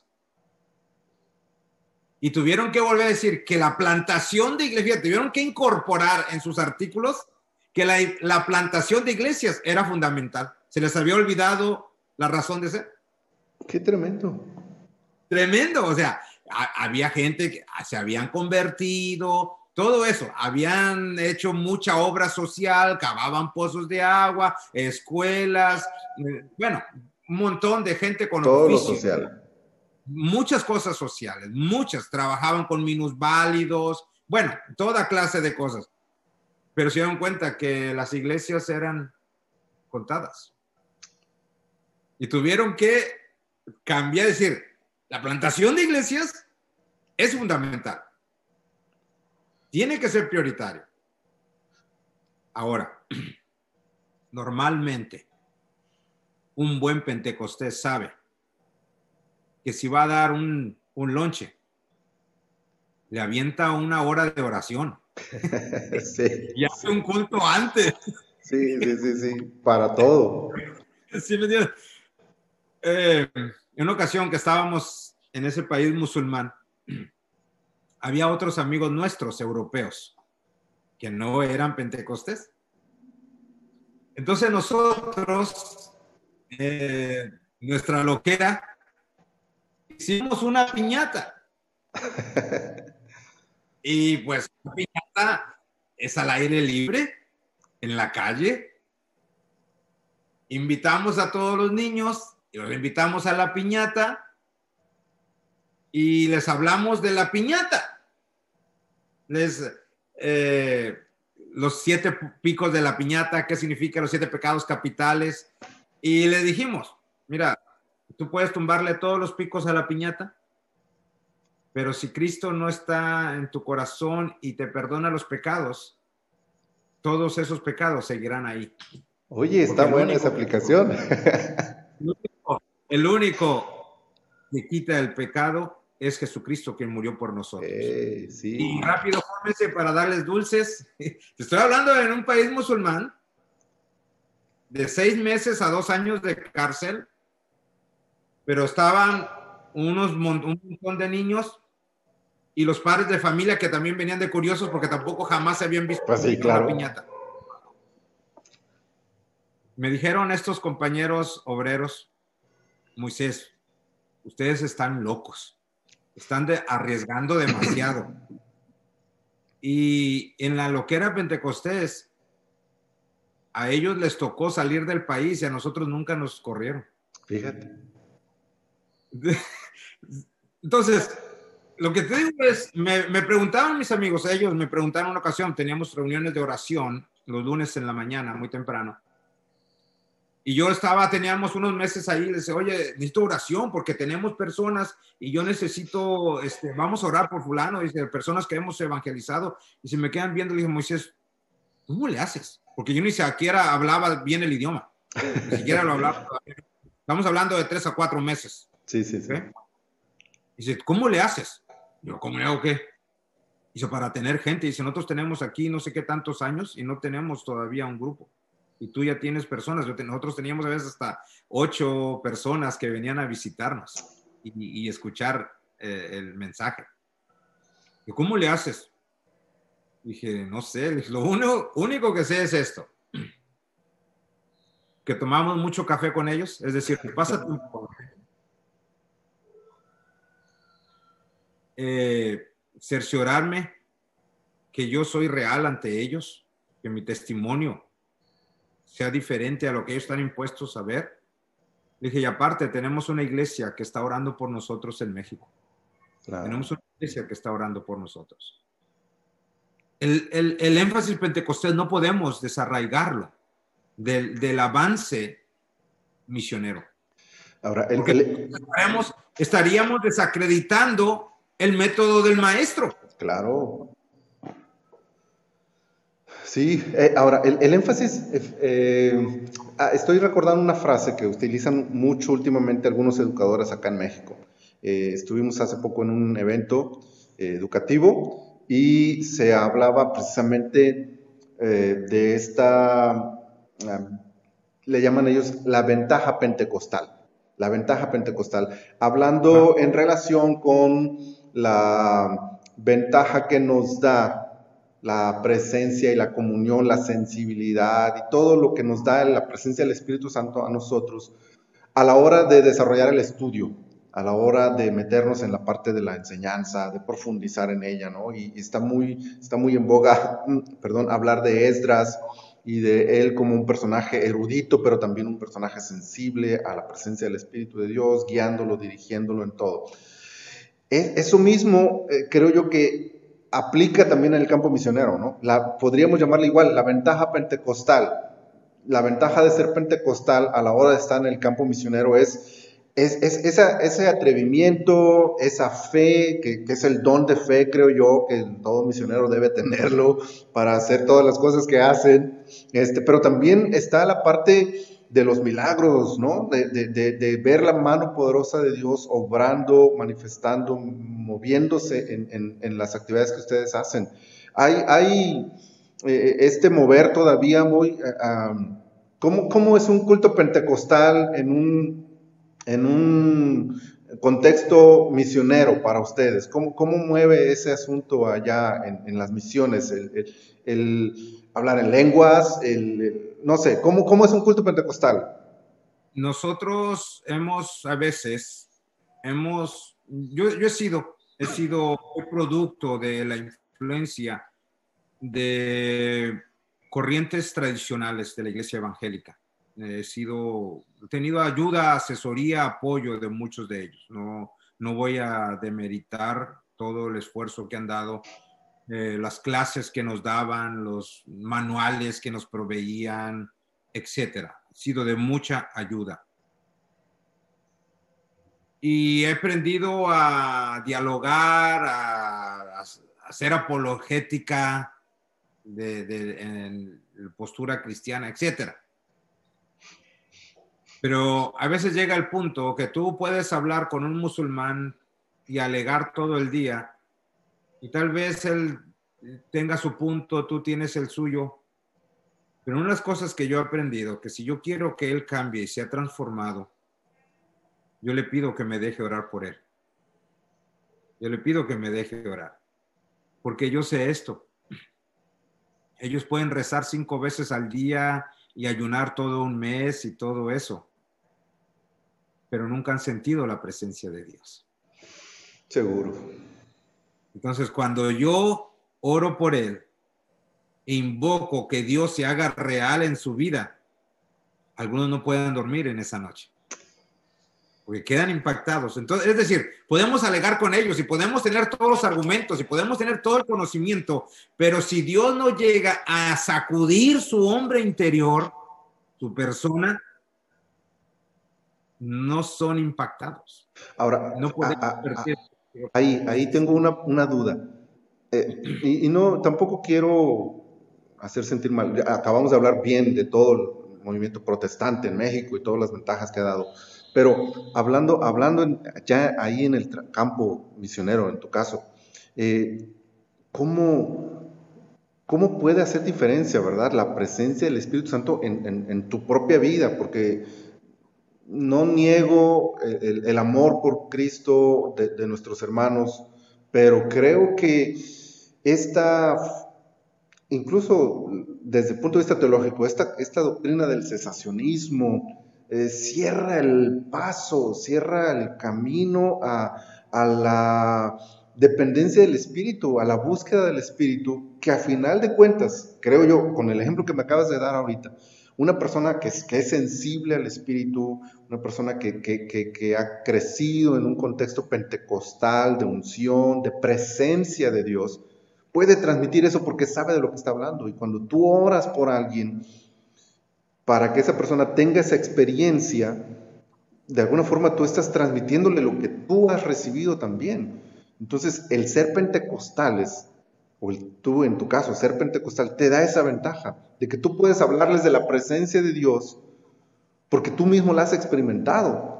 Y tuvieron que volver a decir que la plantación de iglesias, tuvieron que incorporar en sus artículos que la, la plantación de iglesias era fundamental. Se les había olvidado la razón de ser. ¡Qué tremendo! Tremendo, o sea, a, había gente que se habían convertido, todo eso, habían hecho mucha obra social, cavaban pozos de agua, escuelas, bueno, un montón de gente con todo oficio. Lo social. Muchas cosas sociales, muchas, trabajaban con minusválidos, bueno, toda clase de cosas. Pero se dieron cuenta que las iglesias eran contadas. Y tuvieron que cambiar, es decir, la plantación de iglesias es fundamental. Tiene que ser prioritario. Ahora, normalmente, un buen pentecostés sabe que si va a dar un, un lonche, le avienta una hora de oración. Sí, y hace sí. un culto antes. Sí, sí, sí, sí, para todo. Sí, me entiendes. Eh, en una ocasión que estábamos en ese país musulmán, había otros amigos nuestros europeos que no eran pentecostés. Entonces nosotros, eh, nuestra loquera, hicimos una piñata. Y pues la piñata es al aire libre, en la calle. Invitamos a todos los niños y los invitamos a la piñata y les hablamos de la piñata. Les, eh, los siete picos de la piñata, qué significa los siete pecados capitales. Y les dijimos, mira, tú puedes tumbarle todos los picos a la piñata, pero si Cristo no está en tu corazón y te perdona los pecados, todos esos pecados seguirán ahí. Oye, está buena esa aplicación. El único, el único que quita el pecado es Jesucristo, quien murió por nosotros. Eh, sí. Y rápido, fórmense para darles dulces. Te estoy hablando en un país musulmán, de seis meses a dos años de cárcel, pero estaban unos, un montón de niños y los padres de familia que también venían de curiosos porque tampoco jamás se habían visto pues sí, claro. una piñata. Me dijeron estos compañeros obreros, Moisés, ustedes están locos, están de, arriesgando demasiado. Y en la loquera pentecostés, a ellos les tocó salir del país y a nosotros nunca nos corrieron. Fíjate. Entonces, lo que te digo es, me, me preguntaban mis amigos, ellos me preguntaron una ocasión, teníamos reuniones de oración los lunes en la mañana, muy temprano. Y yo estaba, teníamos unos meses ahí, le decía, oye, necesito oración porque tenemos personas y yo necesito, este, vamos a orar por fulano, dice, personas que hemos evangelizado. Y se me quedan viendo, le dije, Moisés, ¿cómo le haces? Porque yo ni siquiera hablaba bien el idioma, ni siquiera lo hablaba todavía. Estamos hablando de tres a cuatro meses. Sí, sí, sí. ¿Okay? Dice, ¿cómo le haces? Yo, ¿cómo le hago qué? Dice, para tener gente. Dice, nosotros tenemos aquí no sé qué tantos años y no tenemos todavía un grupo. Y tú ya tienes personas. Nosotros teníamos a veces hasta ocho personas que venían a visitarnos y, y escuchar eh, el mensaje. ¿Y cómo le haces? Dije, no sé. Lo único, único que sé es esto. Que tomamos mucho café con ellos. Es decir, pasa tiempo. Eh, cerciorarme que yo soy real ante ellos, que mi testimonio sea diferente a lo que ellos están impuestos a ver. Dije, y aparte, tenemos una iglesia que está orando por nosotros en México. Claro. Tenemos una iglesia que está orando por nosotros. El, el, el énfasis pentecostés no podemos desarraigarlo del, del avance misionero. Ahora, el, Porque el... estaríamos, estaríamos desacreditando el método del maestro. Claro. Sí, eh, ahora, el, el énfasis, eh, estoy recordando una frase que utilizan mucho últimamente algunos educadores acá en México. Eh, estuvimos hace poco en un evento eh, educativo y se hablaba precisamente eh, de esta, uh, le llaman ellos la ventaja pentecostal. La ventaja pentecostal, hablando en relación con la ventaja que nos da la presencia y la comunión, la sensibilidad y todo lo que nos da la presencia del Espíritu Santo a nosotros a la hora de desarrollar el estudio, a la hora de meternos en la parte de la enseñanza, de profundizar en ella, ¿no? Y, y está muy, está muy en boga, perdón, hablar de Esdras y de él como un personaje erudito, pero también un personaje sensible a la presencia del Espíritu de Dios, guiándolo, dirigiéndolo en todo. Eso mismo eh, creo yo que aplica también en el campo misionero, ¿no? La, podríamos llamarle igual, la ventaja pentecostal. La ventaja de ser pentecostal a la hora de estar en el campo misionero es, es, es esa, ese atrevimiento, esa fe, que, que es el don de fe, creo yo, que todo misionero debe tenerlo para hacer todas las cosas que hacen. Este, pero también está la parte de los milagros, ¿no? De, de, de, de ver la mano poderosa de Dios obrando, manifestando, moviéndose en, en, en las actividades que ustedes hacen. Hay, hay eh, este mover todavía muy... Uh, ¿cómo, ¿Cómo es un culto pentecostal en un, en un contexto misionero para ustedes? ¿Cómo, cómo mueve ese asunto allá en, en las misiones? El, el, el hablar en lenguas, el... el no sé, ¿cómo, ¿cómo es un culto pentecostal? Nosotros hemos, a veces, hemos, yo, yo he sido, he sido producto de la influencia de corrientes tradicionales de la iglesia evangélica. He sido, he tenido ayuda, asesoría, apoyo de muchos de ellos. No, no voy a demeritar todo el esfuerzo que han dado. Eh, las clases que nos daban, los manuales que nos proveían, etcétera. Ha sido de mucha ayuda. Y he aprendido a dialogar, a, a hacer apologética de, de, en postura cristiana, etcétera. Pero a veces llega el punto que tú puedes hablar con un musulmán y alegar todo el día, y tal vez él tenga su punto, tú tienes el suyo. Pero una de las cosas que yo he aprendido, que si yo quiero que él cambie y sea transformado, yo le pido que me deje orar por él. Yo le pido que me deje orar. Porque yo sé esto. Ellos pueden rezar cinco veces al día y ayunar todo un mes y todo eso. Pero nunca han sentido la presencia de Dios. Seguro. Entonces, cuando yo oro por él, e invoco que Dios se haga real en su vida, algunos no pueden dormir en esa noche, porque quedan impactados. Entonces, es decir, podemos alegar con ellos y podemos tener todos los argumentos y podemos tener todo el conocimiento, pero si Dios no llega a sacudir su hombre interior, su persona, no son impactados. Ahora, No podemos a, a, a, perder. ahí, ahí tengo una, una duda. Eh, y, y no, tampoco quiero hacer sentir mal. Acabamos de hablar bien de todo el movimiento protestante en México y todas las ventajas que ha dado. Pero hablando, hablando en, ya ahí en el campo misionero, en tu caso, eh, ¿cómo, ¿cómo puede hacer diferencia, verdad, la presencia del Espíritu Santo en, en, en tu propia vida? Porque no niego el, el amor por Cristo de, de nuestros hermanos, pero creo que esta, incluso desde el punto de vista teológico, esta, esta doctrina del cesacionismo eh, cierra el paso, cierra el camino a, a la dependencia del Espíritu, a la búsqueda del Espíritu, que a final de cuentas, creo yo, con el ejemplo que me acabas de dar ahorita, una persona que es, que es sensible al Espíritu, una persona que, que, que, que ha crecido en un contexto pentecostal, de unción, de presencia de Dios, puede transmitir eso porque sabe de lo que está hablando. Y cuando tú oras por alguien para que esa persona tenga esa experiencia, de alguna forma tú estás transmitiéndole lo que tú has recibido también. Entonces, el ser pentecostales, o el, tú en tu caso, ser pentecostal, te da esa ventaja de que tú puedes hablarles de la presencia de Dios porque tú mismo la has experimentado.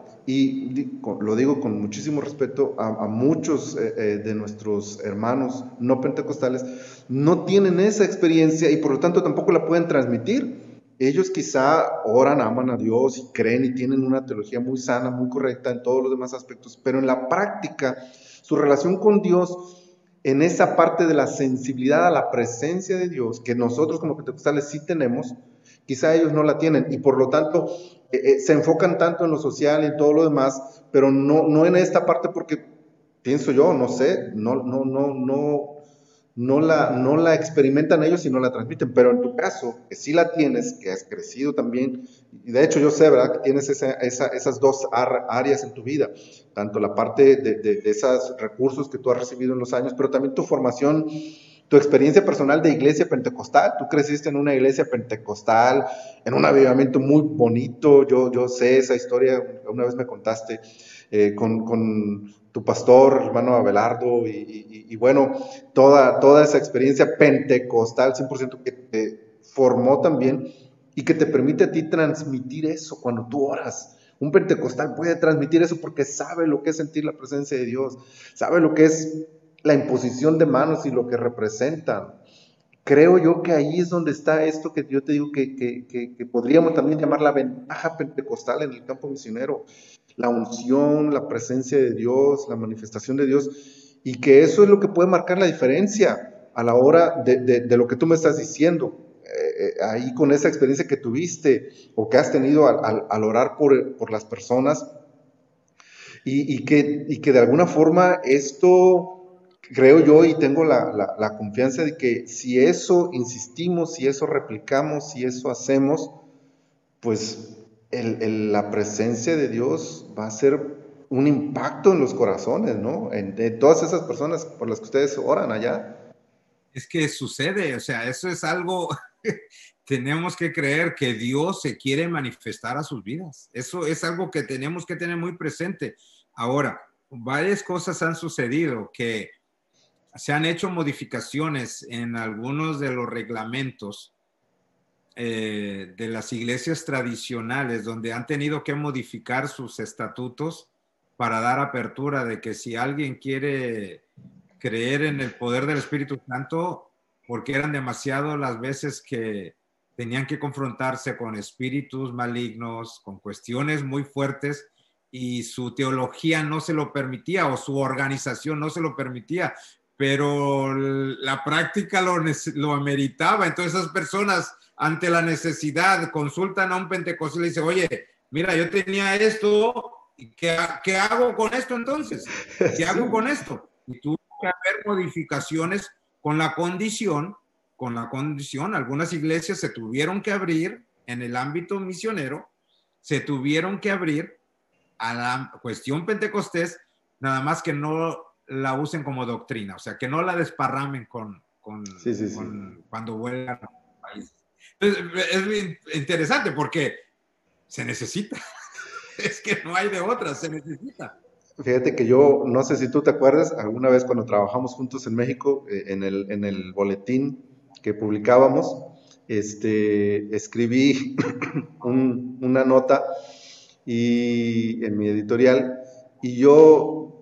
Y lo digo con muchísimo respeto a, a muchos eh, eh, de nuestros hermanos no pentecostales, no tienen esa experiencia y por lo tanto tampoco la pueden transmitir. Ellos quizá oran, aman a Dios y creen y tienen una teología muy sana, muy correcta en todos los demás aspectos, pero en la práctica, su relación con Dios, en esa parte de la sensibilidad a la presencia de Dios, que nosotros como pentecostales sí tenemos, quizá ellos no la tienen y por lo tanto eh, eh, se enfocan tanto en lo social y en todo lo demás, pero no, no en esta parte porque pienso yo, no sé, no, no, no, no, no la, no la experimentan ellos y no la transmiten, pero en tu caso, que sí la tienes, que has crecido también, y de hecho yo sé, ¿verdad?, que tienes esa, esa, esas dos áreas en tu vida, tanto la parte de, de, de esos recursos que tú has recibido en los años, pero también tu formación, tu experiencia personal de iglesia pentecostal. Tú creciste en una iglesia pentecostal, en un avivamiento muy bonito. Yo, yo sé esa historia, una vez me contaste, eh, con, con tu pastor, hermano Abelardo, y, y, y bueno, toda, toda esa experiencia pentecostal, cien por ciento, que te formó también y que te permite a ti transmitir eso cuando tú oras. Un pentecostal puede transmitir eso porque sabe lo que es sentir la presencia de Dios, sabe lo que es la imposición de manos y lo que representan. Creo yo que ahí es donde está esto que yo te digo que, que, que, que podríamos también llamar la ventaja pentecostal en el campo misionero. La unción, la presencia de Dios, la manifestación de Dios, y que eso es lo que puede marcar la diferencia a la hora de, de, de lo que tú me estás diciendo. Eh, eh, ahí con esa experiencia que tuviste o que has tenido al, al, al orar por, por las personas, y, y, que, y que de alguna forma esto, creo yo, y tengo la, la, la confianza de que si eso insistimos, si eso replicamos, si eso hacemos, pues el, el, la presencia de Dios va a ser un impacto en los corazones, ¿no? En, en todas esas personas por las que ustedes oran allá. Es que sucede, o sea, eso es algo, tenemos que creer que Dios se quiere manifestar a sus vidas. Eso es algo que tenemos que tener muy presente. Ahora, varias cosas han sucedido que se han hecho modificaciones en algunos de los reglamentos eh, de las iglesias tradicionales, donde han tenido que modificar sus estatutos para dar apertura de que si alguien quiere creer en el poder del Espíritu Santo, porque eran demasiado las veces que tenían que confrontarse con espíritus malignos, con cuestiones muy fuertes, y su teología no se lo permitía o su organización no se lo permitía, pero la práctica lo, lo ameritaba. Entonces esas personas, ante la necesidad, consultan a un pentecostal y dicen, oye, mira, yo tenía esto, ¿qué, qué hago con esto entonces? ¿Qué sí. hago con esto? Y tuvo que haber modificaciones con la condición, con la condición, algunas iglesias se tuvieron que abrir en el ámbito misionero, se tuvieron que abrir a la cuestión pentecostés, nada más que no la usen como doctrina, o sea, que no la desparramen con, con, sí, sí, con sí. cuando vuelvan a país. Entonces, es muy interesante porque se necesita. Es que no hay de otra, se necesita. Fíjate que yo, no sé si tú te acuerdas, alguna vez cuando trabajamos juntos en México, eh, en el, en el boletín que publicábamos, este, escribí un- una nota y, en mi editorial, y yo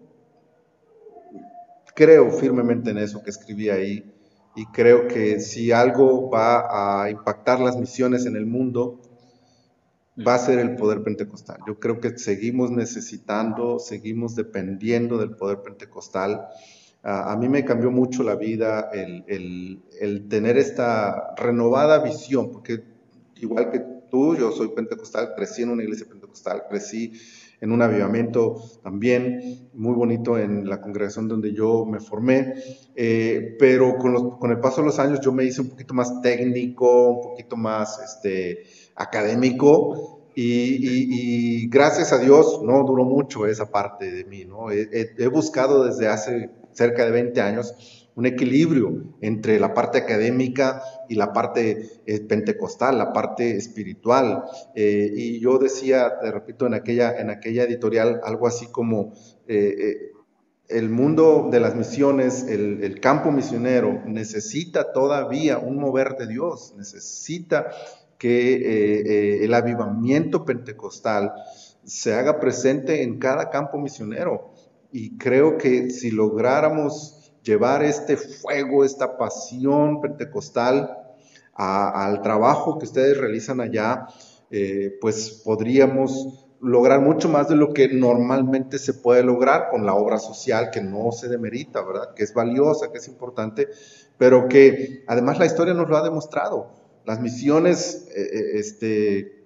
creo firmemente en eso que escribí ahí, y creo que si algo va a impactar las misiones en el mundo, va a ser el poder pentecostal. Yo creo que seguimos necesitando, seguimos dependiendo del poder pentecostal. Uh, a mí me cambió mucho la vida el, el, el tener esta renovada visión, porque igual que tú, yo soy pentecostal, crecí en una iglesia pentecostal, crecí en un avivamiento también muy bonito en la congregación donde yo me formé, eh, pero con, los, con el paso de los años yo me hice un poquito más técnico, un poquito más este, académico, y, y, y gracias a Dios no duró mucho esa parte de mí, ¿no? He, he, he buscado desde hace cerca de veinte años un equilibrio entre la parte académica y la parte eh, pentecostal, la parte espiritual. Eh, y yo decía, te repito, en aquella, en aquella editorial algo así como eh, eh, el mundo de las misiones, el, el campo misionero necesita todavía un mover de Dios, necesita que eh, eh, el avivamiento pentecostal se haga presente en cada campo misionero. Y creo que si lográramos llevar este fuego, esta pasión pentecostal a, al trabajo que ustedes realizan allá, eh, pues podríamos lograr mucho más de lo que normalmente se puede lograr con la obra social, que no se demerita, ¿verdad? Que es valiosa, que es importante, pero que además la historia nos lo ha demostrado. Las misiones eh, este,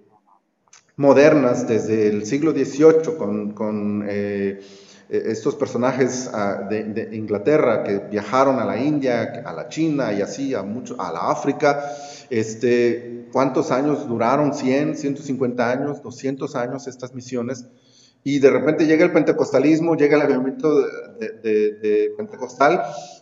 modernas desde el siglo dieciocho con, con eh, estos personajes uh, de, de, Inglaterra que viajaron a la India, a la China y así, a, mucho, a la África, este, ¿cuántos años duraron? cien, ciento cincuenta años, doscientos años estas misiones, y de repente llega el pentecostalismo, llega el avivamiento de, de, de, de pentecostal,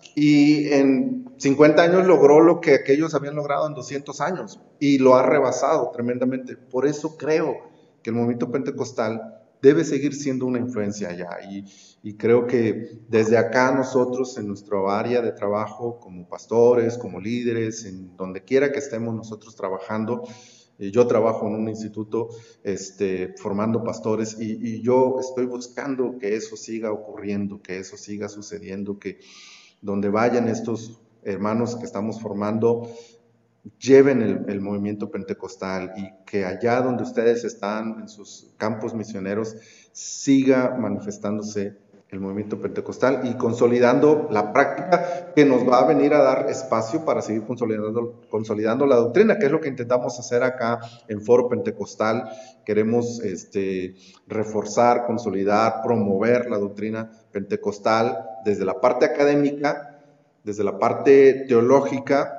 y en cincuenta años logró lo que aquellos habían logrado en doscientos años, y lo ha rebasado tremendamente. Por eso creo que el movimiento pentecostal debe seguir siendo una influencia allá, y, y creo que desde acá nosotros en nuestro área de trabajo, como pastores, como líderes, en donde quiera que estemos nosotros trabajando, eh, yo trabajo en un instituto este, formando pastores, y, y yo estoy buscando que eso siga ocurriendo, que eso siga sucediendo, que donde vayan estos hermanos que estamos formando, lleven el, el movimiento pentecostal, y que allá donde ustedes están, en sus campos misioneros, siga manifestándose el movimiento pentecostal y consolidando la práctica que nos va a venir a dar espacio para seguir consolidando, consolidando la doctrina, que es lo que intentamos hacer acá en Foro Pentecostal. Queremos este, reforzar, consolidar, promover la doctrina pentecostal desde la parte académica, desde la parte teológica,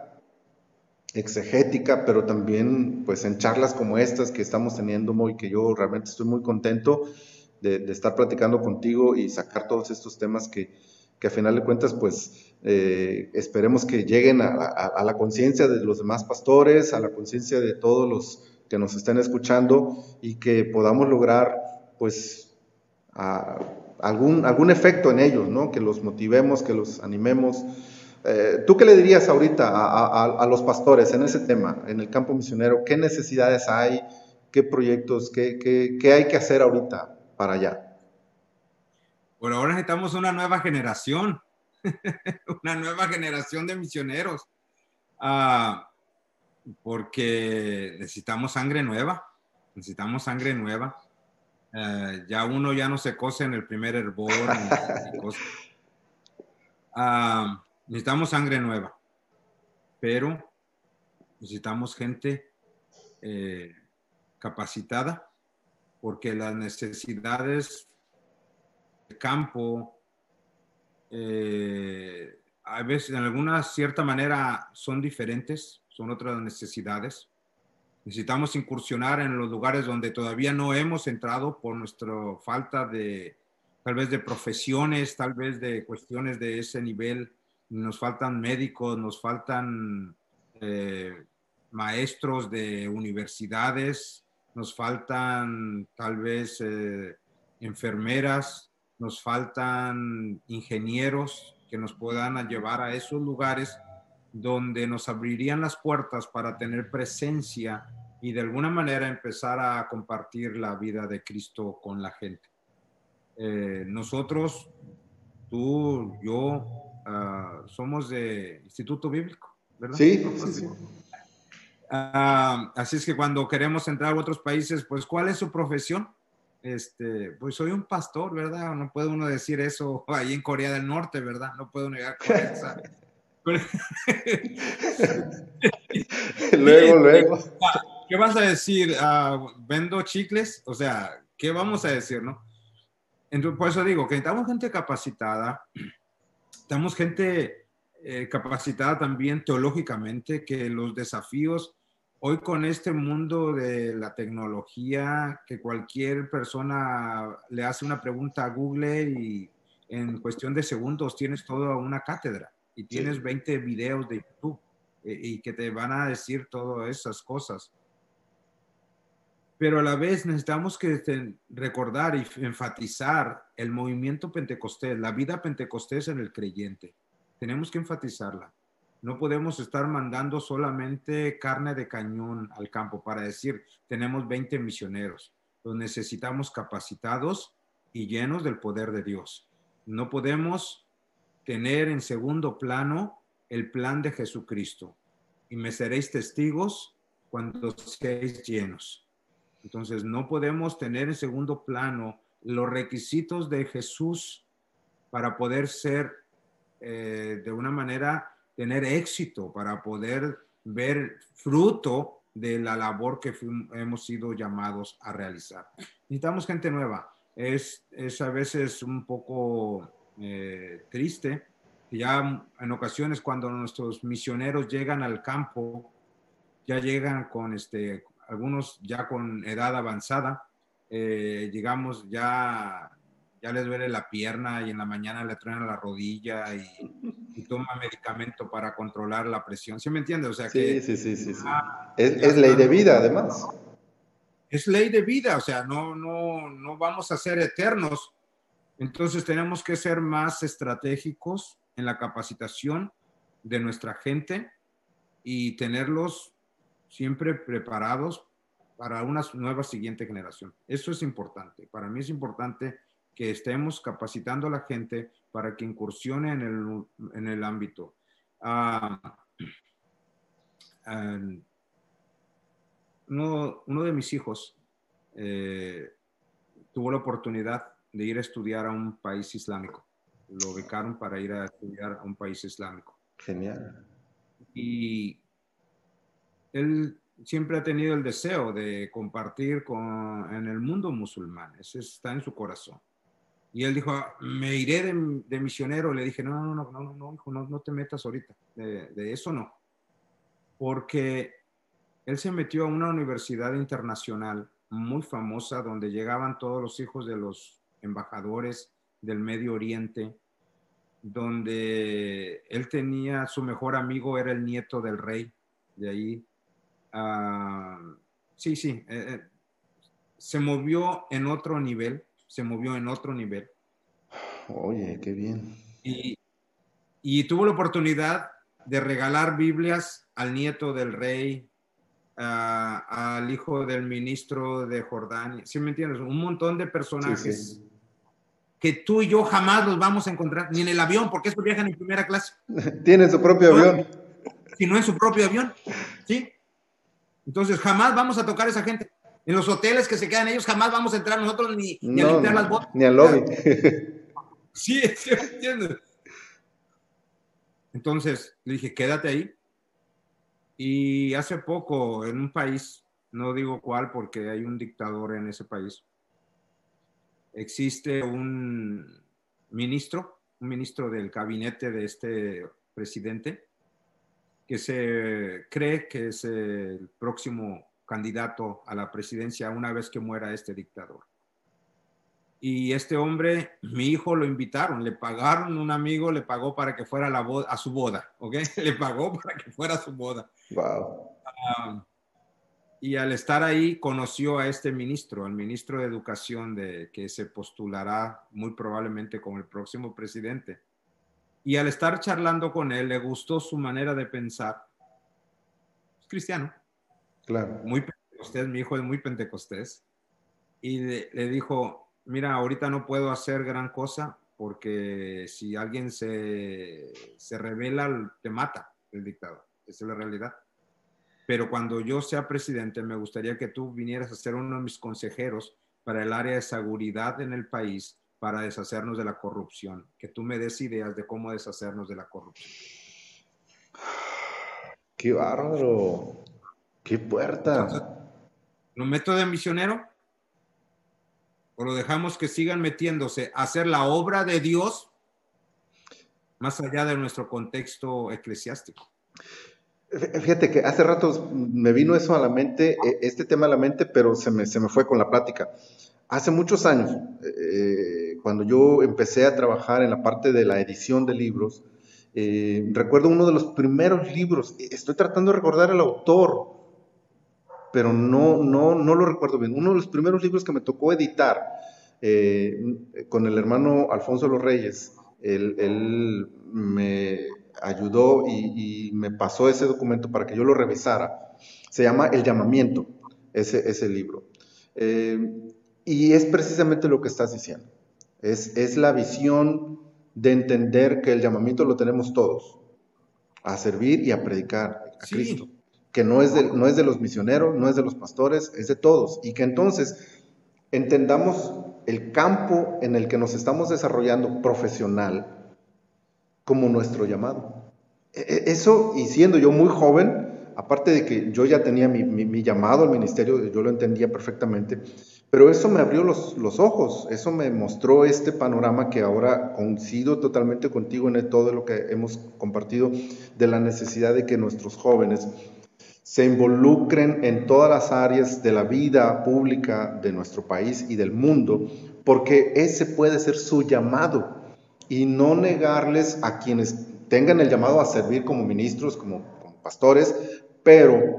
exegética, pero también pues en charlas como estas que estamos teniendo, y que yo realmente estoy muy contento de, de estar platicando contigo y sacar todos estos temas que, que a final de cuentas pues eh, esperemos que lleguen a, a, a la conciencia de los demás pastores, a la conciencia de todos los que nos estén escuchando, y que podamos lograr pues a, algún, algún efecto en ellos, ¿no? Que los motivemos, que los animemos. Eh, ¿Tú qué le dirías ahorita a, a, a, los pastores en ese tema, en el campo misionero? ¿Qué necesidades hay? ¿Qué proyectos? ¿Qué, qué, qué hay que hacer ahorita para allá? Por ahora necesitamos una nueva generación, una nueva generación de misioneros, uh, porque necesitamos sangre nueva, necesitamos sangre nueva. Uh, ya uno ya no se cose en el primer hervor, ni, ni cosas. Uh, necesitamos sangre nueva, pero necesitamos gente eh, capacitada, porque las necesidades del campo eh, a veces en alguna cierta manera son diferentes, son otras necesidades. Necesitamos incursionar en los lugares donde todavía no hemos entrado por nuestra falta de, tal vez de profesiones, tal vez de cuestiones de ese nivel. Nos faltan médicos, nos faltan eh, maestros de universidades, nos faltan tal vez eh, enfermeras, nos faltan ingenieros que nos puedan llevar a esos lugares donde nos abrirían las puertas para tener presencia y de alguna manera empezar a compartir la vida de Cristo con la gente. Eh, nosotros, tú, yo, uh, somos de Instituto Bíblico, ¿verdad? Sí, sí, sí. Uh, así es que cuando queremos entrar a otros países, pues, ¿cuál es su profesión? Este, pues soy un pastor, ¿verdad? No puede uno decir eso ahí en Corea del Norte, ¿verdad? No puedo negar Corea. luego, luego. ¿Qué vas a decir? Uh, ¿Vendo chicles? O sea, ¿qué vamos a decir, no? Entonces, por eso digo que estamos gente capacitada, estamos gente eh, capacitada también teológicamente, que los desafíos hoy con este mundo de la tecnología, que cualquier persona le hace una pregunta a Google y en cuestión de segundos tienes toda una cátedra y tienes sí. veinte videos de YouTube eh, y que te van a decir todas esas cosas. Pero a la vez necesitamos que recordar y enfatizar el movimiento pentecostés, la vida pentecostés en el creyente. Tenemos que enfatizarla. No podemos estar mandando solamente carne de cañón al campo para decir, tenemos veinte misioneros. Los necesitamos capacitados y llenos del poder de Dios. No podemos tener en segundo plano el plan de Jesucristo. Y me seréis testigos cuando seáis llenos. Entonces, no podemos tener en segundo plano los requisitos de Jesús para poder ser, eh, de una manera, tener éxito, para poder ver fruto de la labor que fuimos, hemos sido llamados a realizar. Necesitamos gente nueva. Es, es a veces un poco eh, triste que ya en ocasiones cuando nuestros misioneros llegan al campo, ya llegan con este... algunos ya con edad avanzada, eh, digamos, ya, ya les duele la pierna y en la mañana le truena la rodilla y, y toma medicamento para controlar la presión. ¿Sí me entiendes? O sea sí, que, sí, sí, sí, sí. Ah, es, es ley de vida, además. Es ley de vida, o sea, no, no, no vamos a ser eternos. Entonces tenemos que ser más estratégicos en la capacitación de nuestra gente y tenerlos siempre preparados para una nueva siguiente generación. Eso es importante. Para mí es importante que estemos capacitando a la gente para que incursione en el, en el ámbito. Uh, uh, uno, uno de mis hijos eh, tuvo la oportunidad de ir a estudiar a un país islámico. Lo becaron para ir a estudiar a un país islámico. Genial. Y él siempre ha tenido el deseo de compartir con, en el mundo musulmán. Eso está en su corazón. Y él dijo, me iré de, de misionero. Le dije, no, no, no, no, no, hijo, no, no te metas ahorita. De, de eso no. Porque él se metió a una universidad internacional muy famosa donde llegaban todos los hijos de los embajadores del Medio Oriente, donde él tenía, su mejor amigo era el nieto del rey de ahí. Uh, sí, sí, eh, se movió en otro nivel, se movió en otro nivel. Oye, qué bien. Y, y tuvo la oportunidad de regalar Biblias al nieto del rey, uh, al hijo del ministro de Jordania. ¿Sí me entiendes? Un montón de personajes sí, sí. que tú y yo jamás los vamos a encontrar, ni en el avión, porque esos viajan en primera clase. Tienen su propio ¿no? avión. Si no en su propio avión, ¿sí? Entonces, jamás vamos a tocar a esa gente. En los hoteles que se quedan ellos, jamás vamos a entrar nosotros ni, ni no, a limpiar no, las botas. Ni al lobby. Sí, sí, ¿me entiendes? Entonces, le dije, quédate ahí. Y hace poco, en un país, no digo cuál porque hay un dictador en ese país, existe un ministro, un ministro del gabinete de este presidente, que se cree que es el próximo candidato a la presidencia una vez que muera este dictador. Y este hombre, mi hijo lo invitaron, le pagaron, un amigo le pagó para que fuera a, la boda, a su boda, ¿ok? Le pagó para que fuera a su boda. Wow. Uh, y al estar ahí conoció a este ministro, al ministro de Educación, de, que se postulará muy probablemente como el próximo presidente. Y al estar charlando con él, le gustó su manera de pensar. Es cristiano. Claro. Muy pentecostés, mi hijo es muy pentecostés. Y le, le dijo, mira, ahorita no puedo hacer gran cosa porque si alguien se, se revela, te mata el dictador. Esa es la realidad. Pero cuando yo sea presidente, me gustaría que tú vinieras a ser uno de mis consejeros para el área de seguridad en el país, para deshacernos de la corrupción, que tú me des ideas de cómo deshacernos de la corrupción. ¡Qué bárbaro! ¡Qué Entonces, puerta! ¿lo meto de misionero? ¿O lo dejamos que sigan metiéndose a hacer la obra de Dios más allá de nuestro contexto eclesiástico? Fíjate que hace rato me vino eso a la mente, este tema a la mente, pero se me, se me fue con la plática. Hace muchos años, eh, cuando yo empecé a trabajar en la parte de la edición de libros, eh, recuerdo uno de los primeros libros, estoy tratando de recordar el autor, pero no, no, no lo recuerdo bien. Uno de los primeros libros que me tocó editar eh, con el hermano Alfonso Los Reyes, él, él me ayudó y, y, me pasó ese documento para que yo lo revisara. Se llama El Llamamiento, ese, ese libro. Eh, y es precisamente lo que estás diciendo. Es, es la visión de entender que el llamamiento lo tenemos todos, a servir y a predicar a Sí. Cristo. Que no es, de, no es de los misioneros, no es de los pastores, es de todos. Y que entonces entendamos el campo en el que nos estamos desarrollando profesional como nuestro llamado. Eso, y siendo yo muy joven, aparte de que yo ya tenía mi, mi, mi llamado al ministerio, yo lo entendía perfectamente, pero eso me abrió los, los ojos, eso me mostró este panorama que ahora coincido totalmente contigo en todo lo que hemos compartido, de la necesidad de que nuestros jóvenes se involucren en todas las áreas de la vida pública de nuestro país y del mundo, porque ese puede ser su llamado, y no negarles a quienes tengan el llamado a servir como ministros, como, como pastores, pero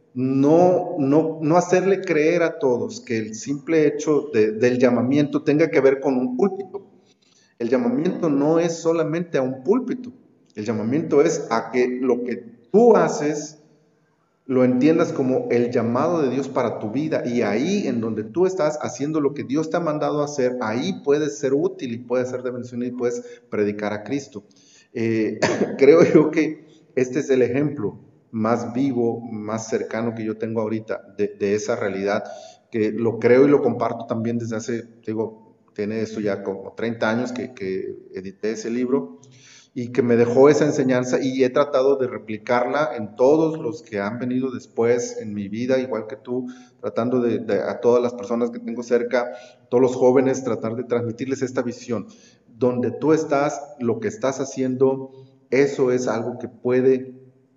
no, no, no hacerle creer a todos que el simple hecho de, del llamamiento tenga que ver con un púlpito. El llamamiento no es solamente a un púlpito, el llamamiento es a que lo que tú haces lo entiendas como el llamado de Dios para tu vida, y ahí en donde tú estás haciendo lo que Dios te ha mandado a hacer, ahí puedes ser útil y puedes ser de bendición y puedes predicar a Cristo. Eh, creo yo que este es el ejemplo más vivo, más cercano que yo tengo ahorita de, de esa realidad, que lo creo y lo comparto también desde hace, digo, tiene esto ya como treinta años que, que edité ese libro, y que me dejó esa enseñanza, y he tratado de replicarla en todos los que han venido después en mi vida, igual que tú, tratando de, de a todas las personas que tengo cerca, todos los jóvenes, tratar de transmitirles esta visión. Donde tú estás, lo que estás haciendo, eso es algo que puede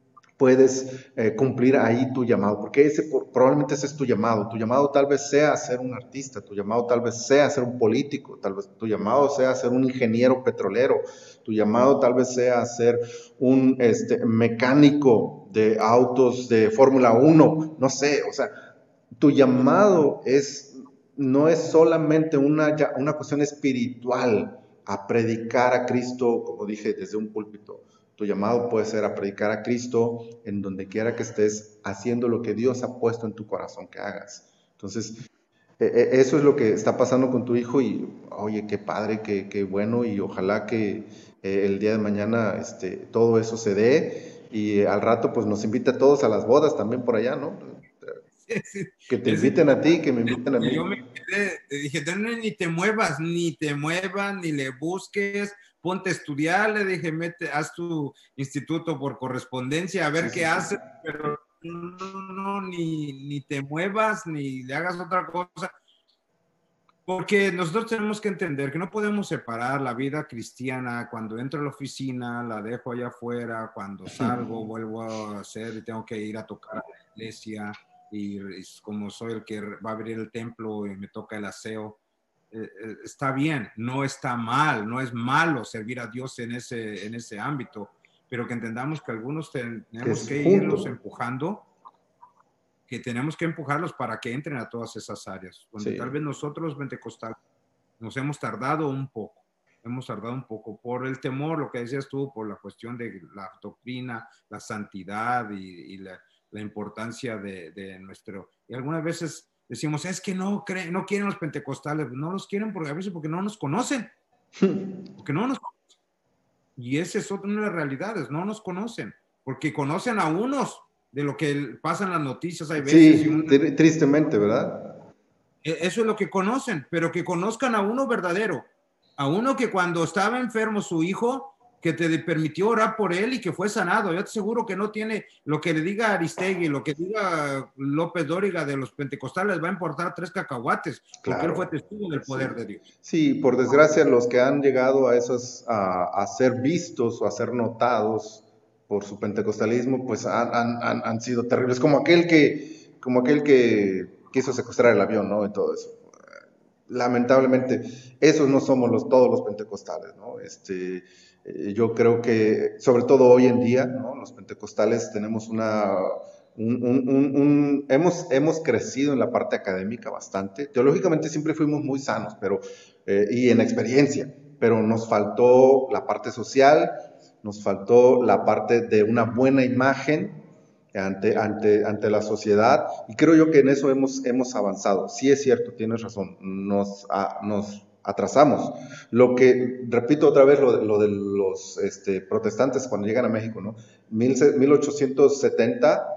puedes eh, cumplir ahí tu llamado, porque ese, probablemente ese es tu llamado. Tu llamado tal vez sea ser un artista, tu llamado tal vez sea ser un político, tal vez tu llamado sea ser un ingeniero petrolero, tu llamado tal vez sea ser un este, mecánico de autos de Fórmula uno, no sé, o sea, tu llamado es, no es solamente una, una cuestión espiritual a predicar a Cristo, como dije, desde un púlpito. Tu llamado puede ser a predicar a Cristo en donde quiera que estés, haciendo lo que Dios ha puesto en tu corazón que hagas. Entonces, eh, eso es lo que está pasando con tu hijo, y oye, qué padre, qué, qué bueno, y ojalá que eh, el día de mañana este, todo eso se dé, y al rato pues nos invite a todos a las bodas también por allá, ¿no? Que te Es inviten a ti, que me inviten a mí. Yo me quedé, te dije, no, ni te muevas, ni te muevas, ni le busques, ponte a estudiar, le dije, mete, haz tu instituto por correspondencia, a ver sí, qué sí, haces, sí. Pero no, no, ni, ni te muevas, ni le hagas otra cosa. Porque nosotros tenemos que entender que no podemos separar la vida cristiana. Cuando entro a la oficina, la dejo allá afuera, cuando salgo, vuelvo a hacer y tengo que ir a tocar a la iglesia. Y como soy el que va a abrir el templo y me toca el aseo, eh, eh, está bien, no está mal, no es malo servir a Dios en ese, en ese ámbito, pero que entendamos que algunos tenemos que, que irlos empujando, que tenemos que empujarlos para que entren a todas esas áreas, donde Sí. tal vez nosotros los pentecostales nos hemos tardado un poco, hemos tardado un poco por el temor, lo que decías tú, por la cuestión de la doctrina, la santidad y, y la, la importancia de, de nuestro... Y algunas veces decimos, es que no, creen, no quieren los pentecostales, no los quieren porque a veces porque no nos conocen, porque no nos conocen. Y esa es otra de las realidades, no nos conocen, porque conocen a unos de lo que pasa en las noticias, hay veces. Sí, Y una, tristemente, ¿verdad? eso es lo que conocen, pero que conozcan a uno verdadero, a uno que cuando estaba enfermo su hijo, que te permitió orar por él y que fue sanado. Yo te aseguro que no tiene lo que le diga Aristegui, lo que diga López Dóriga de los pentecostales, va a importar tres cacahuates, porque Claro. él fue testigo del poder Sí. de Dios. Sí, por desgracia, los que han llegado a esos, a, a ser vistos o a ser notados por su pentecostalismo, pues han, han, han, han sido terribles, como aquel que, como aquel que quiso secuestrar el avión, ¿no? Y todo eso. Lamentablemente, esos no somos los, todos los pentecostales, ¿no? Este, eh, yo creo que, sobre todo hoy en día, ¿no? Los pentecostales tenemos una, un, un, un, un, hemos, hemos crecido en la parte académica bastante. Teológicamente siempre fuimos muy sanos, pero, eh, y en experiencia, pero nos faltó la parte social, nos faltó la parte de una buena imagen ante, ante, ante la sociedad, y creo yo que en eso hemos, hemos avanzado. Sí es cierto, tienes razón, nos, a, nos atrasamos. Lo que, repito otra vez, lo, lo de los este, protestantes cuando llegan a México, ¿no? mil ochocientos setenta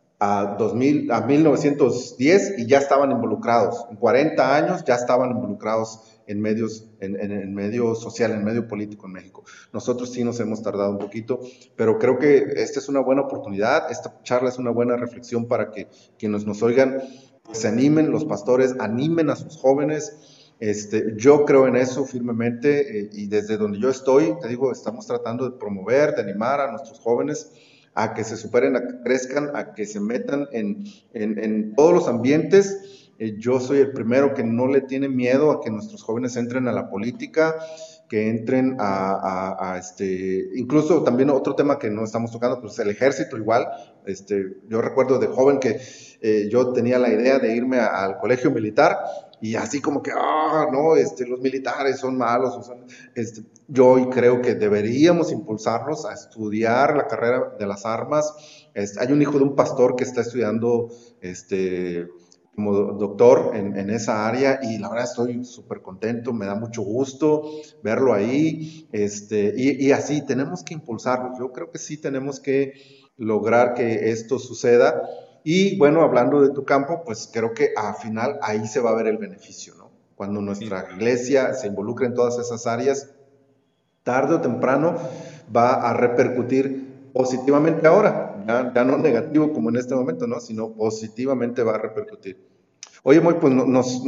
a, dos mil, a mil novecientos diez y ya estaban involucrados. En cuarenta años ya estaban involucrados en medios, en, en, en medio social, en medio político en México. Nosotros sí nos hemos tardado un poquito, pero creo que esta es una buena oportunidad, esta charla es una buena reflexión para que quienes nos oigan pues, se animen, los pastores animen a sus jóvenes. Este, yo creo en eso firmemente, eh, y desde donde yo estoy, te digo, estamos tratando de promover, de animar a nuestros jóvenes a que se superen, a que crezcan, a que se metan en, en, en todos los ambientes. Eh, yo soy el primero que no le tiene miedo a que nuestros jóvenes entren a la política, que entren a, a, a este, incluso también otro tema que no estamos tocando, pues el ejército igual. Este, yo recuerdo de joven que eh, yo tenía la idea de irme a, al colegio militar, y así como que, ah, no, este, los militares son malos, o son, este, yo creo que deberíamos impulsarlos a estudiar la carrera de las armas. Este, hay un hijo de un pastor que está estudiando este, como doctor en, en esa área, y la verdad estoy súper contento, me da mucho gusto verlo ahí, este, y, y así tenemos que impulsarlos. Yo creo que sí tenemos que lograr que esto suceda. Y bueno, hablando de tu campo, pues creo que al final ahí se va a ver el beneficio, ¿no? Cuando nuestra iglesia se involucra en todas esas áreas, tarde o temprano va a repercutir positivamente ahora, ya, ya no negativo como en este momento, ¿no? Sino positivamente va a repercutir. Oye, Moy, pues nos,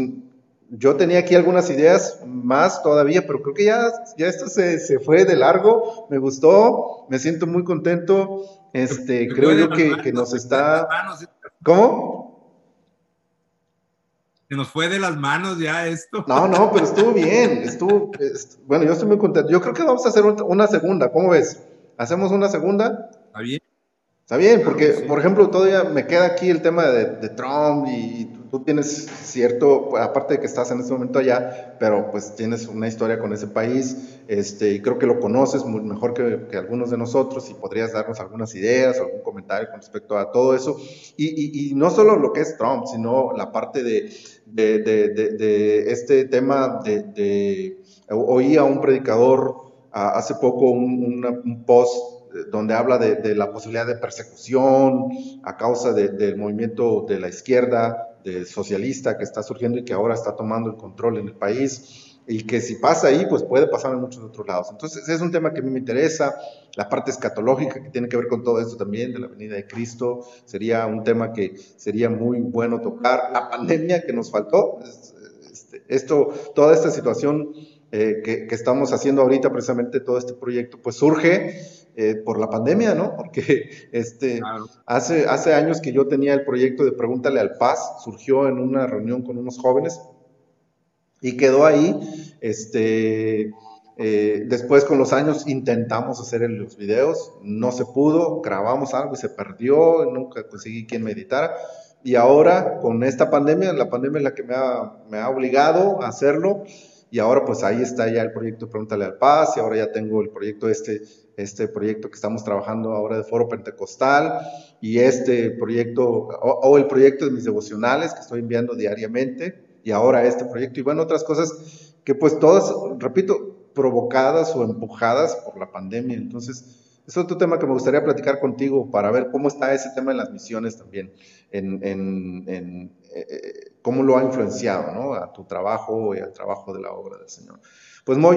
yo tenía aquí algunas ideas más todavía, pero creo que ya, ya esto se, se fue de largo, me gustó, me siento muy contento, este, Se creo yo manos, que, que nos está... ¿Cómo? Se nos fue de las manos ya esto. No, no, pero estuvo bien, estuvo, est bueno, yo estoy muy contento. Yo creo que vamos a hacer una segunda, ¿cómo ves? ¿Hacemos una segunda? ¿Está bien? Está bien, porque, Claro, sí. por ejemplo, todavía me queda aquí el tema de, de Trump, y tú, tú tienes cierto, pues, aparte de que estás en este momento allá, pero pues tienes una historia con ese país, este, y creo que lo conoces muy mejor que, que algunos de nosotros, y podrías darnos algunas ideas o algún comentario con respecto a todo eso. Y, y, y no solo lo que es Trump, sino la parte de, de, de, de, de este tema de, de... Oí a un predicador a, hace poco un, una, un post donde habla de, de la posibilidad de persecución a causa de, del movimiento de la izquierda, de socialista que está surgiendo y que ahora está tomando el control en el país, y que si pasa ahí, pues puede pasar en muchos otros lados. Entonces es un tema que a mí me interesa, la parte escatológica que tiene que ver con todo esto también, de la venida de Cristo, sería un tema que sería muy bueno tocar. La pandemia que nos faltó, este, esto, toda esta situación eh, que, que estamos haciendo ahorita, precisamente todo este proyecto, pues surge Eh, por la pandemia, ¿no? Porque este, claro. hace, hace años que yo tenía el proyecto de Pregúntale al Paz, surgió en una reunión con unos jóvenes y quedó ahí. Este, eh, después con los años intentamos hacer los videos, no se pudo, grabamos algo y se perdió, nunca conseguí quien me editara, y ahora con esta pandemia, la pandemia es la que me ha, me ha obligado a hacerlo, y ahora pues ahí está ya el proyecto Pregúntale al Paz, y ahora ya tengo el proyecto este, este proyecto que estamos trabajando ahora de Foro Pentecostal, y este proyecto, o, o el proyecto de mis devocionales que estoy enviando diariamente, y ahora este proyecto, y bueno, otras cosas que pues todas, repito, provocadas o empujadas por la pandemia. Entonces, es otro tema que me gustaría platicar contigo para ver cómo está ese tema en las misiones también, en, en, en eh, cómo lo ha influenciado, ¿no?, a tu trabajo y al trabajo de la obra del Señor. Pues Moy,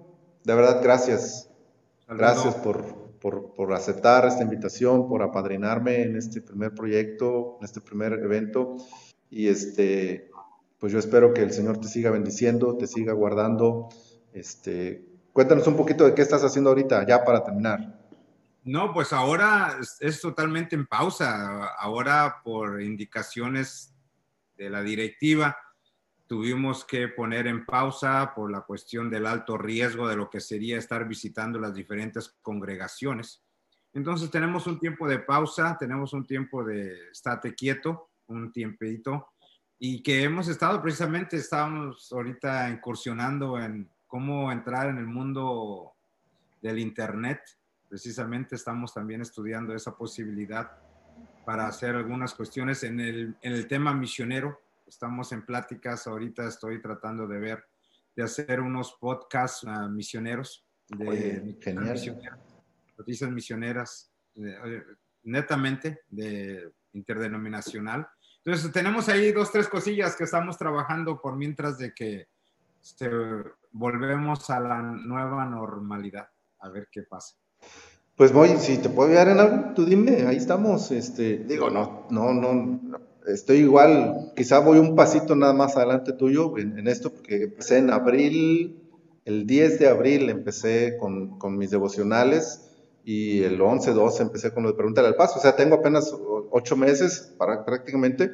de verdad, gracias. Gracias Saludo. por, por, por aceptar esta invitación, por apadrinarme en este primer proyecto, en este primer evento. Y este, pues yo espero que el Señor te siga bendiciendo, te siga guardando. Este, cuéntanos un poquito de qué estás haciendo ahorita, ya para terminar. No, pues ahora es, es totalmente en pausa. Ahora, por indicaciones de la directiva, tuvimos que poner en pausa por la cuestión del alto riesgo de lo que sería estar visitando las diferentes congregaciones. Entonces tenemos un tiempo de pausa, tenemos un tiempo de estate quieto, un tiempito, y que hemos estado precisamente, estamos ahorita incursionando en cómo entrar en el mundo del Internet. Precisamente estamos también estudiando esa posibilidad para hacer algunas cuestiones en el, en el tema misionero. Estamos en pláticas, ahorita estoy tratando de ver, de hacer unos podcasts uh, misioneros, de Oye, noticias genial. misioneras, noticias misioneras de, netamente de interdenominacional. Entonces tenemos ahí dos, tres cosillas que estamos trabajando por mientras de que este, volvemos a la nueva normalidad. A ver qué pasa. Pues voy, si te puedo ayudar en algo, tú dime, ahí estamos. Este, digo, no, no, no, estoy igual, quizá voy un pasito nada más adelante tuyo en, en esto, porque empecé en abril, el diez de abril empecé con, con mis devocionales, y el once, doce empecé con lo de Pregúntale al Paso. O sea, tengo apenas o- ocho meses para, prácticamente,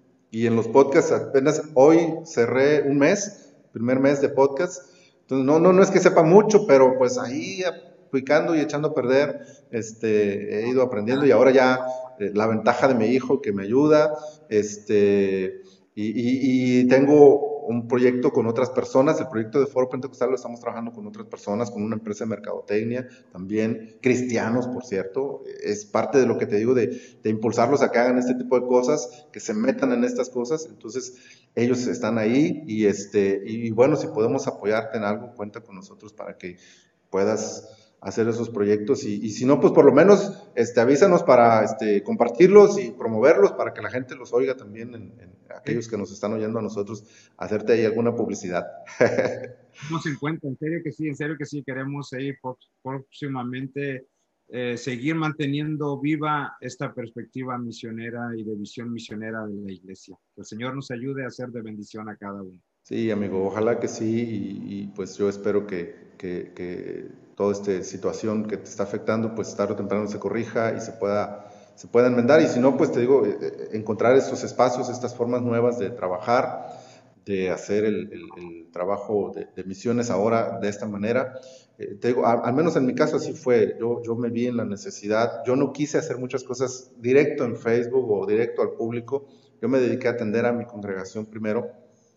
y en los podcasts apenas hoy cerré un mes, primer mes de podcast. Entonces, no, no, no es que sepa mucho, pero pues ahí aplicando y echando a perder, este, he ido aprendiendo, y ahora ya eh, la ventaja de mi hijo que me ayuda, este, y, y, y tengo un proyecto con otras personas. El proyecto de Foro Pentecostal lo estamos trabajando con otras personas, con una empresa de mercadotecnia, también cristianos, por cierto. Es parte de lo que te digo, de, de impulsarlos a que hagan este tipo de cosas, que se metan en estas cosas. Entonces, ellos están ahí, y, este, y bueno, si podemos apoyarte en algo, cuenta con nosotros para que puedas hacer esos proyectos, y, y si no, pues por lo menos este, avísanos para este, compartirlos y promoverlos para que la gente los oiga también, en, en aquellos que nos están oyendo a nosotros, hacerte ahí alguna publicidad. Nos en cuenta, en serio que sí, en serio que sí, queremos seguir próximamente eh, seguir manteniendo viva esta perspectiva misionera y de visión misionera de la iglesia. Que el Señor nos ayude a ser de bendición a cada uno. Sí, amigo, ojalá que sí, y, y pues yo espero que, que, que toda esta situación que te está afectando, pues tarde o temprano se corrija y se pueda, se pueda enmendar. Y si no, pues te digo, eh, eh, encontrar estos espacios, estas formas nuevas de trabajar, de hacer el, el, el trabajo de, de, misiones ahora de esta manera. Eh, te digo, a, al menos en mi caso así fue. Yo, yo me vi en la necesidad, yo no quise hacer muchas cosas directo en Facebook o directo al público. Yo me dediqué a atender a mi congregación primero.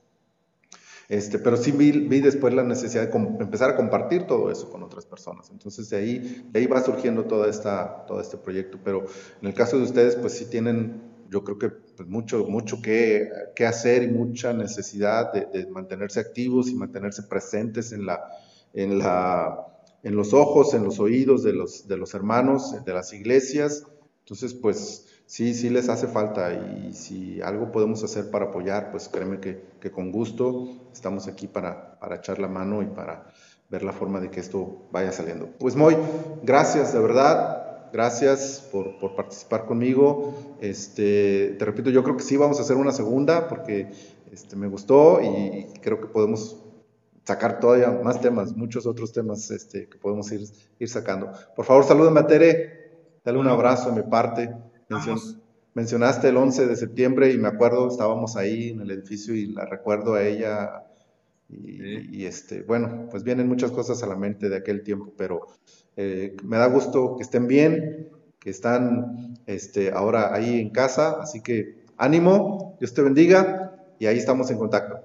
Este, pero sí vi, vi después la necesidad de empezar a compartir todo eso con otras personas. Entonces de ahí, de ahí va surgiendo toda esta, todo este proyecto. Pero en el caso de ustedes, pues sí tienen, yo creo que pues mucho, mucho que, que hacer, y mucha necesidad de, de mantenerse activos y mantenerse presentes en, la, en, la, en los ojos, en los oídos de los, de los hermanos, de las iglesias. Entonces, pues sí, sí les hace falta, y si algo podemos hacer para apoyar, pues créeme que, que con gusto estamos aquí para, para echar la mano y para ver la forma de que esto vaya saliendo. Pues Moy, gracias, de verdad, gracias por, por participar conmigo. Este, te repito, yo creo que sí vamos a hacer una segunda, porque este, me gustó, y creo que podemos sacar todavía más temas, muchos otros temas este, que podemos ir, ir sacando. Por favor, salúdame a Tere, dale un Bueno, abrazo de mi parte. vamos. Mencion, mencionaste el once de septiembre, y me acuerdo, estábamos ahí en el edificio y la recuerdo a ella, Sí. y, y este, bueno, pues vienen muchas cosas a la mente de aquel tiempo, pero eh, me da gusto que estén bien, que están este, ahora ahí en casa, así que ánimo, Dios te bendiga y ahí estamos en contacto.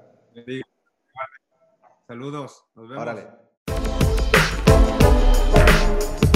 Saludos, nos vemos. Órale.